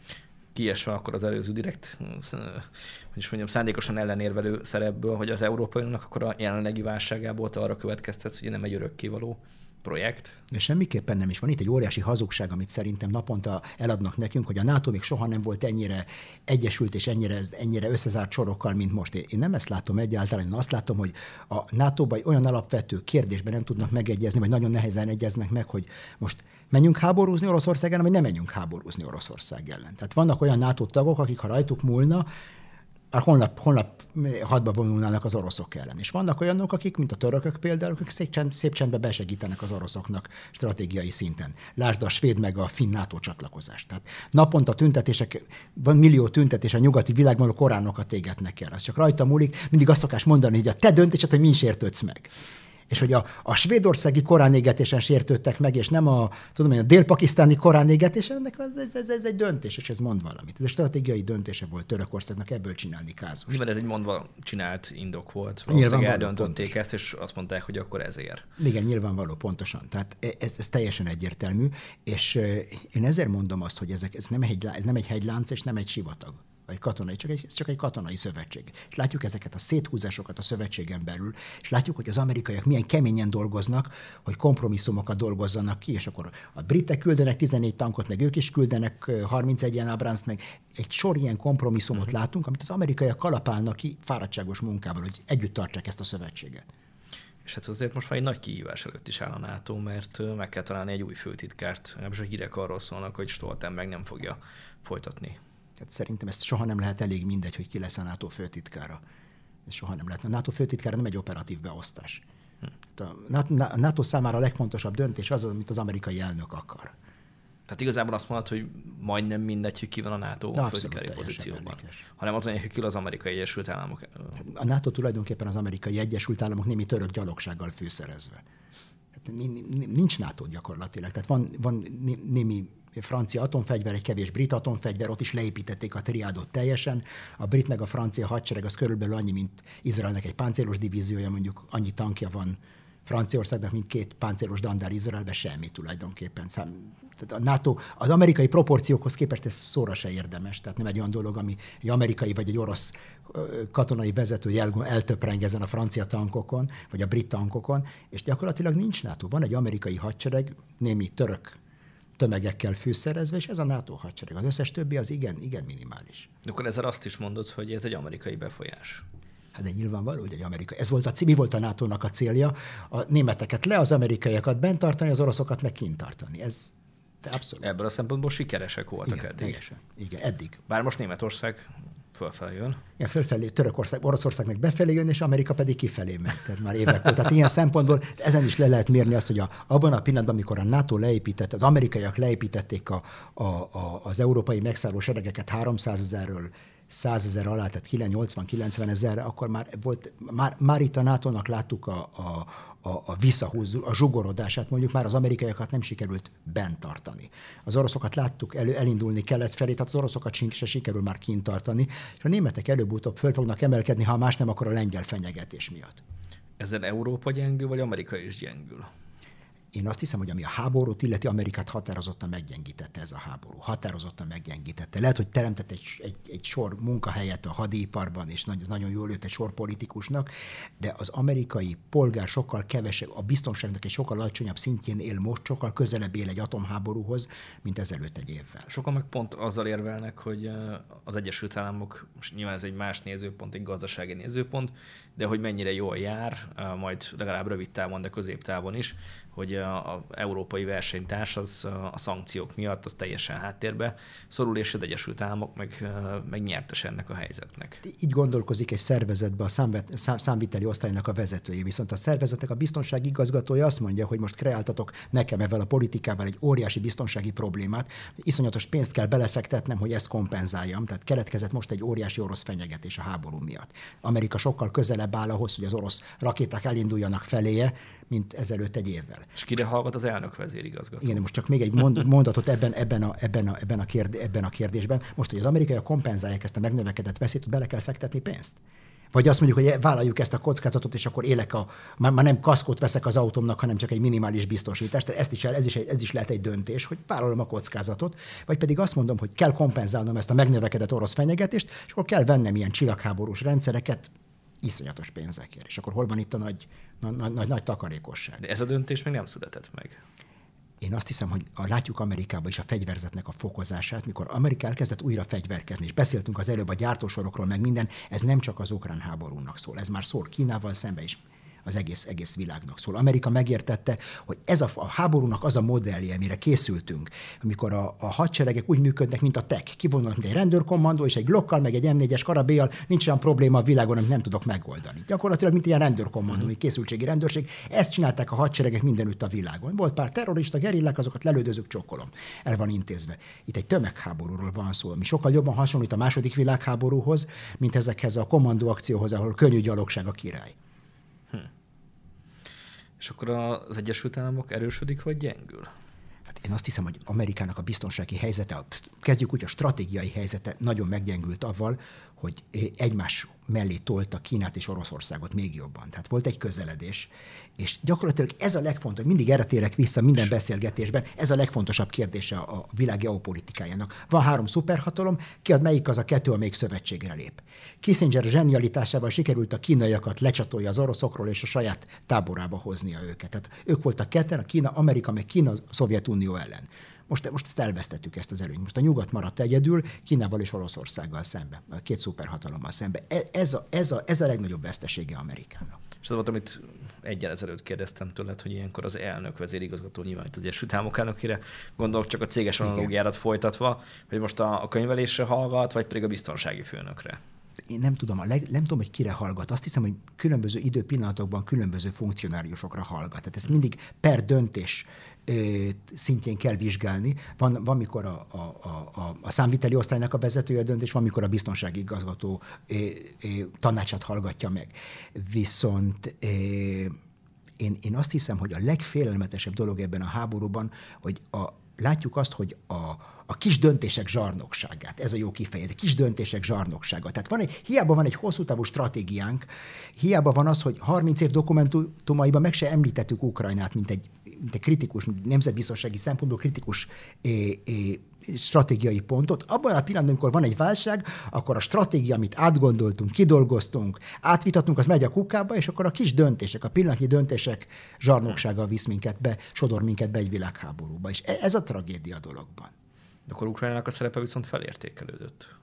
Speaker 2: Kiesve akkor az előző direkt, hogy is mondjam, szándékosan ellenérvelő szerepből, hogy az Európai Uniónak akkor a jelenlegi válságából te arra következtetsz, hogy nem egy örökkévaló projekt.
Speaker 1: De semmiképpen nem is. Van itt egy óriási hazugság, amit szerintem naponta eladnak nekünk, hogy a NATO még soha nem volt ennyire egyesült és ennyire, ennyire összezárt sorokkal, mint most. Én nem ezt látom egyáltalán, én azt látom, hogy a nátóban olyan alapvető kérdésben nem tudnak megegyezni, vagy nagyon nehezen egyeznek meg, hogy most menjünk háborúzni Oroszország ellen, vagy nem menjünk háborúzni Oroszország ellen. Tehát vannak olyan NATO tagok, akik ha rajtuk múlna, Holnap, holnap hadba vonulnának az oroszok ellen. És vannak olyanok, akik, mint a törökök például, akik szép, csend, szép csendben besegítenek az oroszoknak stratégiai szinten. Lásd a svéd meg a finn NATO csatlakozást. Tehát naponta tüntetések, van millió tüntetés a nyugati világban, a koránokat égetnek el. Az csak rajta múlik, mindig azt szokás mondani, hogy a te döntésed, hogy mi sértődsz meg. És hogy a, a svédországi koránégetésen sértődtek meg, és nem a, tudom én, a dél-pakisztáni koránégetésen, ennek ez, ez, ez egy döntés, és ez mond valamit. Ez egy stratégiai döntése volt Törökországnak ebből csinálni kázus.
Speaker 2: Nyilván ez egy mondva csinált indok volt. Valószínűleg eldöntötték pontos. Ezt, és azt mondták, hogy akkor ezért.
Speaker 1: Igen, nyilvánvaló, pontosan. Tehát ez, ez teljesen egyértelmű, és én ezért mondom azt, hogy ezek, ez, nem egy, ez nem egy hegylánc, és nem egy sivatag. Vagy katonai, csak egy, ez csak egy katonai szövetség. És látjuk ezeket a széthúzásokat a szövetségen belül, és látjuk, hogy az amerikaiak milyen keményen dolgoznak, hogy kompromisszumokat dolgozzanak ki, és akkor a britek küldenek tizennégy tankot, meg ők is küldenek harmincegy ilyen Abrams-t, meg egy sor ilyen kompromisszumot uh-huh. látunk, amit az amerikaiak kalapálnak ki fáradtságos munkával, hogy együtt tartsák ezt a szövetséget.
Speaker 2: És hát azért most már egy nagy kihívás előtt is áll a NATO, mert meg kell találni egy új főtitkárt. Most a hírek arról szólnak, hogy Stoltenberg nem fogja folytatni.
Speaker 1: Hát szerintem ezt soha nem lehet elég mindegy, hogy ki lesz a NATO főtitkára. Ez soha nem lehet. A NATO főtitkára nem egy operatív beosztás. Hm. A NATO számára a legfontosabb döntés az, amit az amerikai elnök akar.
Speaker 2: Tehát igazából azt mondod, hogy majdnem mindegy, hogy ki van a NATO földrajzi pozícióban, hanem az, hogy ki az Amerikai Egyesült Államok.
Speaker 1: A NATO tulajdonképpen az Amerikai Egyesült Államok némi török gyalogsággal fűszerezve. Nincs NATO gyakorlatilag. Tehát van, van némi francia atomfegyver, egy kevés brit atomfegyver, ott is leépítették a triádot teljesen. A brit meg a francia hadsereg az körülbelül annyi, mint Izraelnek egy páncélos divíziója, mondjuk annyi tankja van Franciaországnak, mint két páncélos dandár Izraelbe, semmi tulajdonképpen. Tehát a NATO, az amerikai proporciókhoz képest ez szóra se érdemes. Tehát nem egy olyan dolog, ami egy amerikai vagy egy orosz katonai vezető eltöpreng ezen a francia tankokon, vagy a brit tankokon, és gyakorlatilag nincs NATO. Van egy amerikai hadsereg, némi török tömegekkel fűszerezve, és ez a NATO hadsereg. Az összes többi az igen, igen minimális.
Speaker 2: Akkor ezzel azt is mondod, hogy ez egy amerikai befolyás.
Speaker 1: Hát de nyilvánvaló, hogy egy amerikai. Ez volt a, mi volt a nátónak a célja? A németeket le, az amerikaiakat bent tartani, az oroszokat meg kint tartani. Ez abszolút.
Speaker 2: Ebből a szempontból sikeresek voltak
Speaker 1: igen,
Speaker 2: eddig.
Speaker 1: Teljesen. Igen, eddig.
Speaker 2: Bár most Németország fölfelé jön.
Speaker 1: Igen, fölfelé, Törökország, Oroszország meg befelé jön, és Amerika pedig kifelé ment. Tehát már évek óta. Tehát ilyen szempontból ezen is le lehet mérni azt, hogy a, abban a pillanatban, amikor a NATO leépített, az amerikaiak leépítették a, a, a, az európai megszálló seregeket háromszázezerről százezer alá, tehát nyolcvan-kilencven ezerre, akkor már volt, már, már itt a nátónak láttuk a, a, a, a visszahúzó, a zsugorodását, mondjuk már az amerikaiakat nem sikerült bent tartani. Az oroszokat láttuk elő, elindulni kelet felé, tehát az oroszokat se sikerül már kint tartani, és a németek előbb-utóbb föl fognak emelkedni, ha más nem, akkor a lengyel fenyegetés miatt.
Speaker 2: Ezzel Európa gyengül, vagy Amerika is gyengül?
Speaker 1: Én azt hiszem, hogy ami a háborút illeti, Amerikát határozottan meggyengítette ez a háború. Határozottan meggyengítette. Lehet, hogy teremtett egy, egy, egy sor munkahelyet a hadiiparban, és nagy, nagyon jól jött egy sor politikusnak, de az amerikai polgár sokkal kevesebb, a biztonságnak egy sokkal alacsonyabb szintjén él most, sokkal közelebb él egy atomháborúhoz, mint ezelőtt egy évvel.
Speaker 2: Sokan meg pont azzal érvelnek, hogy az Egyesült Államok, most nyilván ez egy más nézőpont, egy gazdasági nézőpont, de hogy mennyire jól jár, majd legalább rövid távon, de középtávon is, hogy az európai versenytárs az a szankciók miatt az teljesen háttérbe szorul, és az Egyesült Államok meg, meg nyertes ennek a helyzetnek.
Speaker 1: Így gondolkozik egy szervezetbe a számvet, szám, számviteli osztálynak a vezetője, viszont a szervezetnek a biztonsági igazgatója azt mondja, hogy most kreáltatok nekem ezzel a politikával egy óriási biztonsági problémát, iszonyatos pénzt kell belefektetnem, hogy ezt kompenzáljam, tehát keletkezett most egy óriási orosz fenyegetés a háború miatt. Amerika sokkal közelebb áll ahhoz, hogy az orosz rakéták elinduljanak feléje, mint ezelőtt egy évvel.
Speaker 2: És kire hallgat az elnök vezérigazgató?
Speaker 1: Igen, most csak még egy mondatot ebben, ebben, a, ebben, a, ebben, a kérd, ebben a kérdésben. Most, hogy az amerikaiak kompenzálják ezt a megnövekedett veszélyt, bele kell fektetni pénzt? Vagy azt mondjuk, hogy vállaljuk ezt a kockázatot, és akkor élek a, már, már nem kaszkot veszek az autómnak, hanem csak egy minimális biztosítást. Tehát ezt is, ez, is, ez is lehet egy döntés, hogy vállalom a kockázatot, vagy pedig azt mondom, hogy kell kompenzálnom ezt a megnövekedett orosz fenyegetést, és akkor kell vennem ilyen csillagháborús rendszereket, iszonyatos pénzekért. És akkor hol van itt a nagy, nagy, nagy, nagy takarékosság?
Speaker 2: De ez a döntés még nem született meg.
Speaker 1: Én azt hiszem, hogy a, látjuk Amerikában is a fegyverzetnek a fokozását, mikor Amerika elkezdett újra fegyverkezni, és beszéltünk az előbb a gyártósorokról, meg minden, ez nem csak az ukrán háborúnak szól, ez már szól Kínával szembe is, az egész, egész világnak szól. Amerika megértette, hogy ez a, a háborúnak az a modellje, amire készültünk, amikor a, a hadseregek úgy működnek, mint a tek. Kivonulnak, mint egy rendőrkommandó, és egy Glockkal, meg egy em négyes karabélyal nincs olyan probléma a világon, amit nem tudok megoldani. Gyakorlatilag, mint ilyen rendőrkommandó, egy készültségi rendőrség. Ezt csinálták a hadseregek mindenütt a világon. Volt pár terrorista, gerillák, azokat lelődözök, csokkolom. El van intézve. Itt egy tömegháborúról van szó, ami sokkal jobban hasonlít a második világháborúhoz, mint ezekhez a kommandó akcióhoz, ahol könnyű gyalogság a király.
Speaker 2: Hm. És akkor az Egyesült Államok erősödik, vagy gyengül?
Speaker 1: Hát én azt hiszem, hogy Amerikának a biztonsági helyzete, kezdjük úgy, a stratégiai helyzete nagyon meggyengült avval, hogy egymás mellé tolta Kínát és Oroszországot még jobban. Tehát volt egy közeledés, és gyakorlatilag ez a legfontosabb, mindig erre térek vissza minden beszélgetésben, ez a legfontosabb kérdése a világ geopolitikájának. Van három szuperhatalom, ki ad melyik az a kettő, amelyik szövetségre lép. Kissinger zsenialitásával sikerült a kínaiakat lecsatolja az oroszokról, és a saját táborába hoznia őket. Tehát ők voltak ketten, a Kína, Amerika meg Kína, a Szovjetunió ellen. Most, most ezt elvesztettük, ezt az előnyt. Most a nyugat maradt egyedül, Kínával és Oroszországgal szembe, a két szuperhatalommal szembe. Ez a, ez, a, ez a legnagyobb vesztesége Amerikának.
Speaker 2: És az volt, amit egyen ezelőtt kérdeztem tőled, hogy ilyenkor az elnök vezérigazgató, nyilván itt az Egyesült Államok elnökére, gondolok csak a céges analógiárat folytatva, hogy most a, a könyvelésre hallgat, vagy pedig a biztonsági főnökre.
Speaker 1: én nem tudom, a leg, nem tudom, hogy kire hallgat. Azt hiszem, hogy különböző időpillanatokban különböző funkcionáriusokra hallgat. Tehát ezt mindig per döntés ö, szintjén kell vizsgálni. Van, van mikor a, a, a, a számviteli osztálynak a vezetője döntés, van mikor a biztonsági igazgató ö, ö, tanácsát hallgatja meg. Viszont ö, én, én azt hiszem, hogy a legfélelmetesebb dolog ebben a háborúban, hogy a látjuk azt, hogy a, a kis döntések zsarnokságát, ez a jó kifejezés, kis döntések zsarnoksága. Tehát van egy, hiába van egy hosszú távú stratégiánk, hiába van az, hogy harminc év dokumentumaiban meg se említettük Ukrajnát, mint egy, mint egy kritikus, mint nemzetbiztonsági szempontból kritikus é, é, stratégiai pontot. Abban a pillanatban, amikor van egy válság, akkor a stratégia, amit átgondoltunk, kidolgoztunk, átvitattunk, az megy a kukába, és akkor a kis döntések, a pillanatnyi döntések zsarnoksága visz minket be, sodor minket be egy világháborúba. És ez a tragédia dologban.
Speaker 2: De akkor Ukrajnának a szerepe viszont felértékelődött.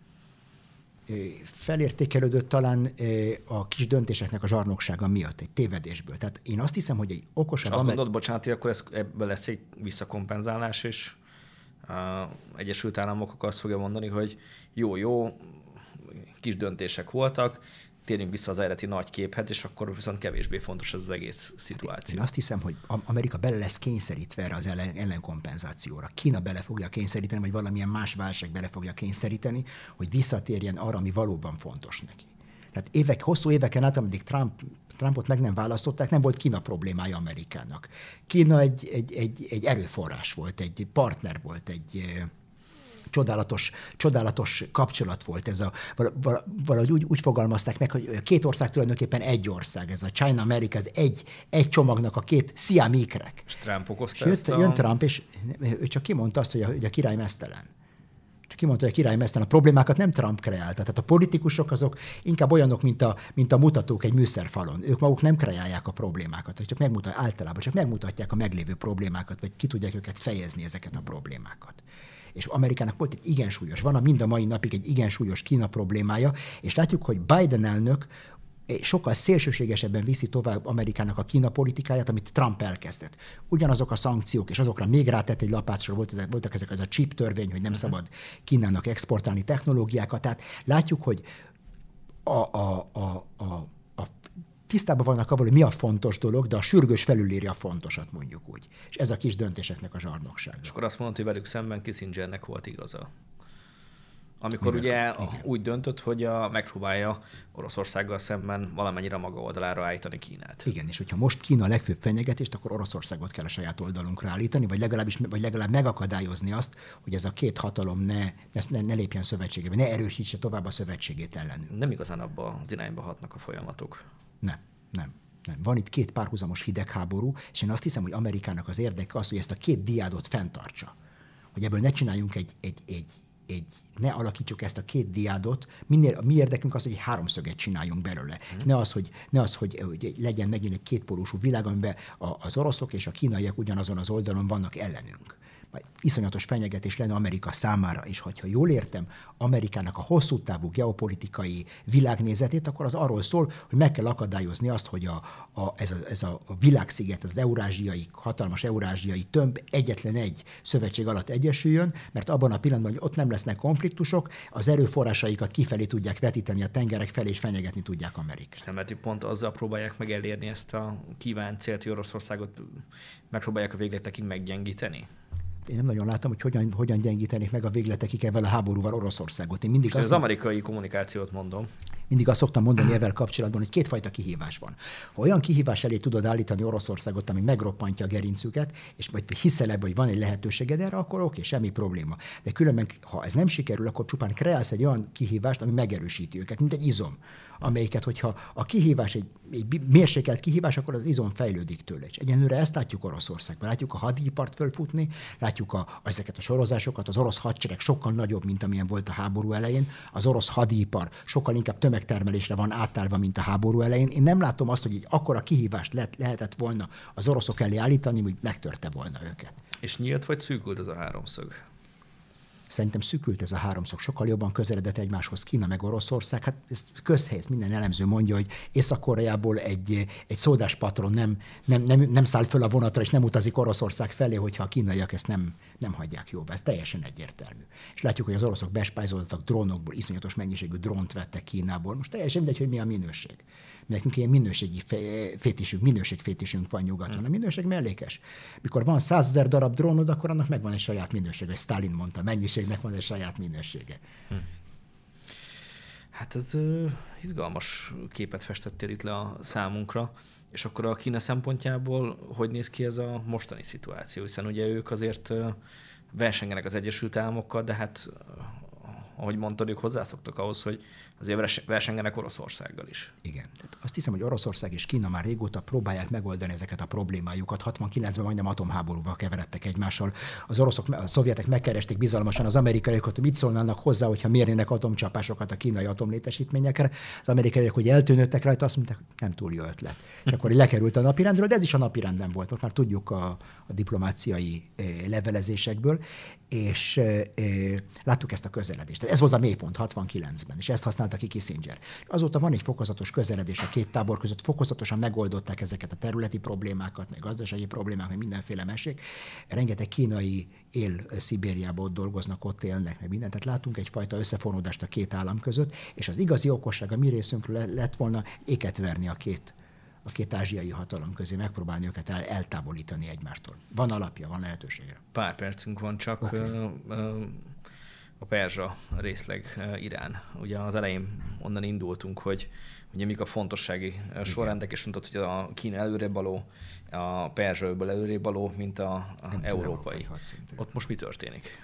Speaker 1: Felértékelődött talán a kis döntéseknek a zsarnoksága miatt, egy tévedésből. Tehát én azt hiszem, hogy egy okosabb...
Speaker 2: És azt mondod, bocsánat, akkor ez, ebből lesz egy visszakompenzálás, és az Egyesült Államok azt fogja mondani, hogy jó, jó, kis döntések voltak, térjünk vissza az eredeti nagy képhez, és akkor viszont kevésbé fontos ez az egész szituáció.
Speaker 1: Én azt hiszem, hogy Amerika bele lesz kényszerítve erre az ellen, ellenkompenzációra. Kína bele fogja kényszeríteni, vagy valamilyen más válság bele fogja kényszeríteni, hogy visszatérjen arra, ami valóban fontos neki. Tehát évek, hosszú éveken át, ameddig Trump, Trumpot meg nem választották, nem volt Kína problémája Amerikának. Kína egy, egy, egy, egy erőforrás volt, egy partner volt, egy csodálatos, csodálatos kapcsolat volt. Ez a, valahogy úgy, úgy fogalmazták meg, hogy két ország tulajdonképpen egy ország. Ez a China America, ez egy, egy csomagnak a két sziámikrek.
Speaker 2: És Trump okozta
Speaker 1: jött,
Speaker 2: ezt a...
Speaker 1: Jön Trump, és ő csak kimondta azt, hogy a, hogy a király meztelen. Csak kimondta, hogy a király meztelen. A problémákat nem Trump kreálta. Tehát a politikusok azok inkább olyanok, mint a, mint a mutatók egy műszerfalon. Ők maguk nem kreálják a problémákat, csak megmutat, általában csak megmutatják a meglévő problémákat, vagy ki tudják őket fejezni, ezeket a problémákat. És Amerikának volt egy igen súlyos, van a mind a mai napig egy igen súlyos Kína problémája, és látjuk, hogy Biden elnök sokkal szélsőségesebben viszi tovább Amerikának a Kína politikáját, amit Trump elkezdett. Ugyanazok a szankciók, és azokra még rátett egy lapácra, volt, voltak ezek az a chip törvény, hogy nem uh-huh. szabad Kínának exportálni technológiákat. Tehát látjuk, hogy a, a, a, a, a tisztában vannak avval, hogy mi a fontos dolog, de a sürgős felülírja a fontosat, mondjuk úgy. És ez a kis döntéseknek a zsarnoksága.
Speaker 2: És akkor azt mondod, hogy velük szemben Kissingernek volt igaza. Amikor Mivel, ugye igen. úgy döntött, hogy a, megpróbálja Oroszországgal szemben valamennyire maga oldalára állítani Kínát.
Speaker 1: Igen, és hogyha most Kína a legfőbb fenyegetést, akkor Oroszországot kell a saját oldalunkra állítani, vagy legalábbis, vagy legalább megakadályozni azt, hogy ez a két hatalom ne, ne, ne lépjen szövetségébe, ne erősítse tovább a szövetségét ellenünk.
Speaker 2: Nem igazán abba az irányba hatnak a folyamatok.
Speaker 1: Nem, nem. Nem. Van itt két párhuzamos hidegháború, és én azt hiszem, hogy Amerikának az érdeke az, hogy ezt a két diádot fenntartsa. Hogy ebből ne csináljunk egy, egy, egy, egy ne alakítsuk ezt a két diádot, minél, mi érdekünk az, hogy egy háromszöget csináljunk belőle. Hmm. Ne az, hogy, ne az hogy, hogy legyen megint egy kétpólusú világ, amiben az oroszok és a kínaiak ugyanazon az oldalon vannak ellenünk. Iszonyatos fenyegetés lenne Amerika számára, és ha jól értem Amerikának a hosszú távú geopolitikai világnézetét, akkor az arról szól, hogy meg kell akadályozni azt, hogy a, a, ez, a, ez a világsziget, az eurázsiai, hatalmas eurázsiai tömb egyetlen egy szövetség alatt egyesüljön, mert abban a pillanatban, hogy ott nem lesznek konfliktusok, az erőforrásaikat kifelé tudják vetíteni a tengerek felé, és fenyegetni tudják Amerikát.
Speaker 2: És nem lehet, hogy pont azzal próbálják meg elérni ezt a kívánt célt, hogy Oroszországot megpróbálják a végletekig meggyengíteni?
Speaker 1: Én nem nagyon látom, hogy hogyan, hogyan gyengítenék meg a végletekig ezzel a háborúval Oroszországot. Én mindig
Speaker 2: azt az amerikai kommunikációt mondom.
Speaker 1: Mindig azt szoktam mondani ezzel kapcsolatban, hogy kétfajta kihívás van. Ha olyan kihívás elé tudod állítani Oroszországot, ami megroppantja a gerincüket, és vagy hiszel ebbe, hogy van egy lehetőséged erre, akkor oké, semmi probléma. De különben, ha ez nem sikerül, akkor csupán kreálsz egy olyan kihívást, ami megerősíti őket, mint egy izom, amelyiket, hogyha a kihívás egy, egy mérsékelt kihívás, akkor az izom fejlődik tőle. És egyenlőre ezt látjuk Oroszországban. Látjuk a hadipart fölfutni, látjuk a, ezeket a sorozásokat, az orosz hadsereg sokkal nagyobb, mint amilyen volt a háború elején, az orosz hadipar sokkal inkább tömegtermelésre van átállva, mint a háború elején. Én nem látom azt, hogy egy akkora kihívást lehet, lehetett volna az oroszok elé állítani, hogy megtörte volna őket.
Speaker 2: És nyílt vagy szűkült ez a háromszög?
Speaker 1: Szerintem szűkült ez a háromszög, sokkal jobban közeledett egymáshoz Kína meg Oroszország. Hát ez közhelyez, minden elemző mondja, hogy Észak-Koreából egy, egy szódás patron nem, nem, nem, nem száll föl a vonatra, és nem utazik Oroszország felé, hogyha a kínaiak ezt nem, nem hagyják jóvá. Ez teljesen egyértelmű. És látjuk, hogy az oroszok bespájzoltak drónokból, iszonyatos mennyiségű drónt vettek Kínából. Most teljesen mindegy, hogy mi a minőség. Nekünk ilyen minőségi fétisünk, minőségfétisünk van nyugaton. A minőség mellékes. Mikor van százezer darab drónod, akkor annak megvan egy saját minősége. Stalin mondta, mennyiségnek van egy saját minősége. Hm.
Speaker 2: Hát ez uh, izgalmas képet festettél itt le a számunkra, és akkor a Kína szempontjából hogy néz ki ez a mostani szituáció? Hiszen ugye ők azért uh, versengenek az Egyesült Államokkal, de hát uh, ahogy mondtad, ők hozzászoktak ahhoz, hogy azért versengenek Oroszországgal is.
Speaker 1: Igen. Tehát azt hiszem, hogy Oroszország és Kína már régóta próbálják megoldani ezeket a problémájukat. hatvankilencben majdnem atomháborúval keveredtek egymással. Az oroszok, a szovjetek megkeresték bizalmasan az amerikaiakat, hogy mit szólnának hozzá, hogyha mérnének atomcsapásokat a kínai atomlétesítményekre. Az amerikaiak, hogy eltűnődtek rajta, azt mondták, hogy nem túl jó ötlet. És akkor lekerült a napirendről, de ez is a napirenden volt. Most már tudjuk a, a diplomáciai levelezésekből, és e, e, láttuk ezt a közeledést. Tehát ez volt a mélypont hatvankilencben, és ezt használta ki Kissinger. Azóta van egy fokozatos közeledés a két tábor között, fokozatosan megoldották ezeket a területi problémákat, meg gazdasági problémák, meg mindenféle mesék. Rengeteg kínai él Szibériába, ott dolgoznak, ott élnek, meg mindent. Tehát látunk egyfajta összefonódást a két állam között, és az igazi okosság a mi részünkről lett volna éket verni a két a két ázsiai hatalom közé, megpróbálni őket el, eltávolítani egymástól. Van alapja, van lehetőségre.
Speaker 2: Pár percünk van csak. Okay. A perzsa részleg Irán. Ugye az elején onnan indultunk, hogy ugye mik a fontossági sorrendek, és mondtad, hogy a Kína előrébb-való, a perzsa öböl előrébb-való, mint a, a európai. Ott most mi történik?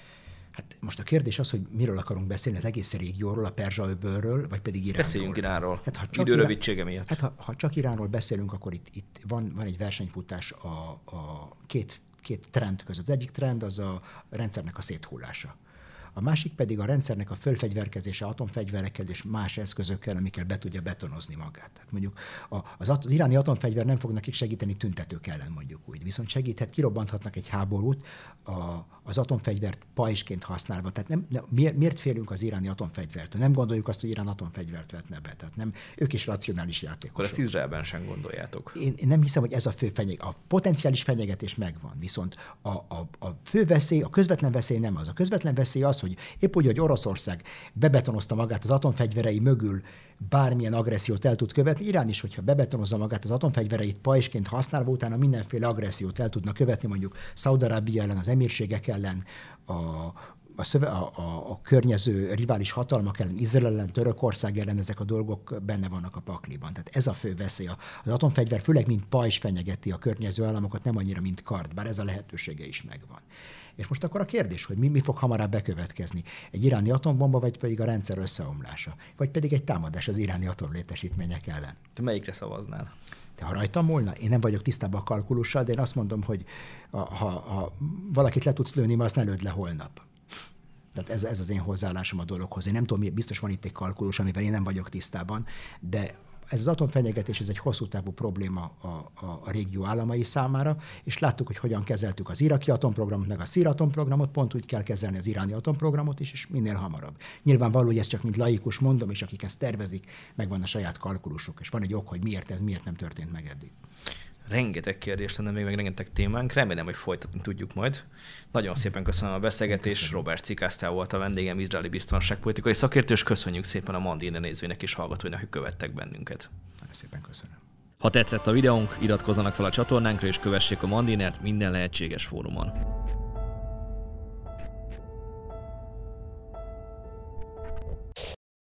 Speaker 1: Hát most a kérdés az, hogy miről akarunk beszélni, az egész régióról, a Perzsa-öbölről, vagy pedig Iránról.
Speaker 2: Beszéljünk Iránról,
Speaker 1: hát, ha
Speaker 2: idő rövidsége miatt.
Speaker 1: Hát ha, ha csak Iránról beszélünk, akkor itt, itt van, van egy versenyfutás a, a két, két trend között. Az egyik trend az a rendszernek a széthullása. A másik pedig a rendszernek a fölfegyverkezése atomfegyverekkel és más eszközökkel, amikkel be tudja betonozni magát. Tehát mondjuk az, az iráni atomfegyver nem fog nekik segíteni tüntetők ellen, mondjuk úgy. Viszont segíthet, kirobbanthatnak egy háborút a, az atomfegyvert pajzsként használva. Tehát nem, nem, miért, miért félünk az iráni atomfegyvertől? Nem gondoljuk azt, hogy Irán atomfegyvert vetne be. Tehát nem, ők is racionális játékosok.
Speaker 2: Akkor ezt Izraelben sem gondoljátok.
Speaker 1: Én, én nem hiszem, hogy ez a fő fenyegetés. A potenciális fenyegetés megvan, viszont a, a, a fő veszély, a közvetlen veszély nem az. A közvetlen veszély az, hogy épp úgy, hogy Oroszország bebetonozta magát az atomfegyverei mögül, bármilyen agressziót el tud követni, Irán is, hogyha bebetonozza magát az atomfegyvereit pajzsként használva, utána mindenféle agressziót el tudna követni, mondjuk Szaúd-Arábia ellen, az emírségek ellen, a, a, szöve, a, a, a környező rivális hatalmak ellen, Izrael ellen, Törökország ellen, ezek a dolgok benne vannak a pakliban. Tehát ez a fő veszély. Az atomfegyver főleg mint pajzs fenyegeti a környező államokat, nem annyira, mint kard, bár ez a lehetősége is megvan. És most akkor a kérdés, hogy mi, mi fog hamarabb bekövetkezni? Egy iráni atombomba, vagy pedig a rendszer összeomlása? Vagy pedig egy támadás az iráni atomlétesítmények ellen?
Speaker 2: Te melyikre szavaznál?
Speaker 1: Te ha rajtam volna, én nem vagyok tisztában a kalkulussal, de én azt mondom, hogy ha, ha, ha valakit le tudsz lőni, ma azt ne lőd le holnap. Tehát ez, ez az én hozzáállásom a dologhoz. Én nem tudom, biztos van itt egy kalkulus, amivel én nem vagyok tisztában, de ez az atomfenyegetés, ez egy hosszú távú probléma a, a, a régió államai számára, és láttuk, hogy hogyan kezeltük az iraki atomprogramot, meg a szír atomprogramot, pont úgy kell kezelni az iráni atomprogramot is, és minél hamarabb. Nyilvánvaló, hogy ezt csak mint laikus mondom, és akik ezt tervezik, megvan a saját kalkulusok, és van egy ok, hogy miért ez, miért nem történt meg eddig.
Speaker 2: Rengeteg kérdés lenne még, meg rengeteg témánk. Remélem, hogy folytatni tudjuk majd. Nagyon szépen köszönöm a beszélgetést. Robert Cikásztál volt a vendégem, izraeli biztonságpolitikai szakértő, és köszönjük szépen a Mandiner nézőinek és hallgatóinak, hogy követtek bennünket.
Speaker 1: Nagyon szépen köszönöm.
Speaker 2: Ha tetszett a videónk, iratkozzanak fel a csatornánkra, és kövessék a Mandinert minden lehetséges fórumon.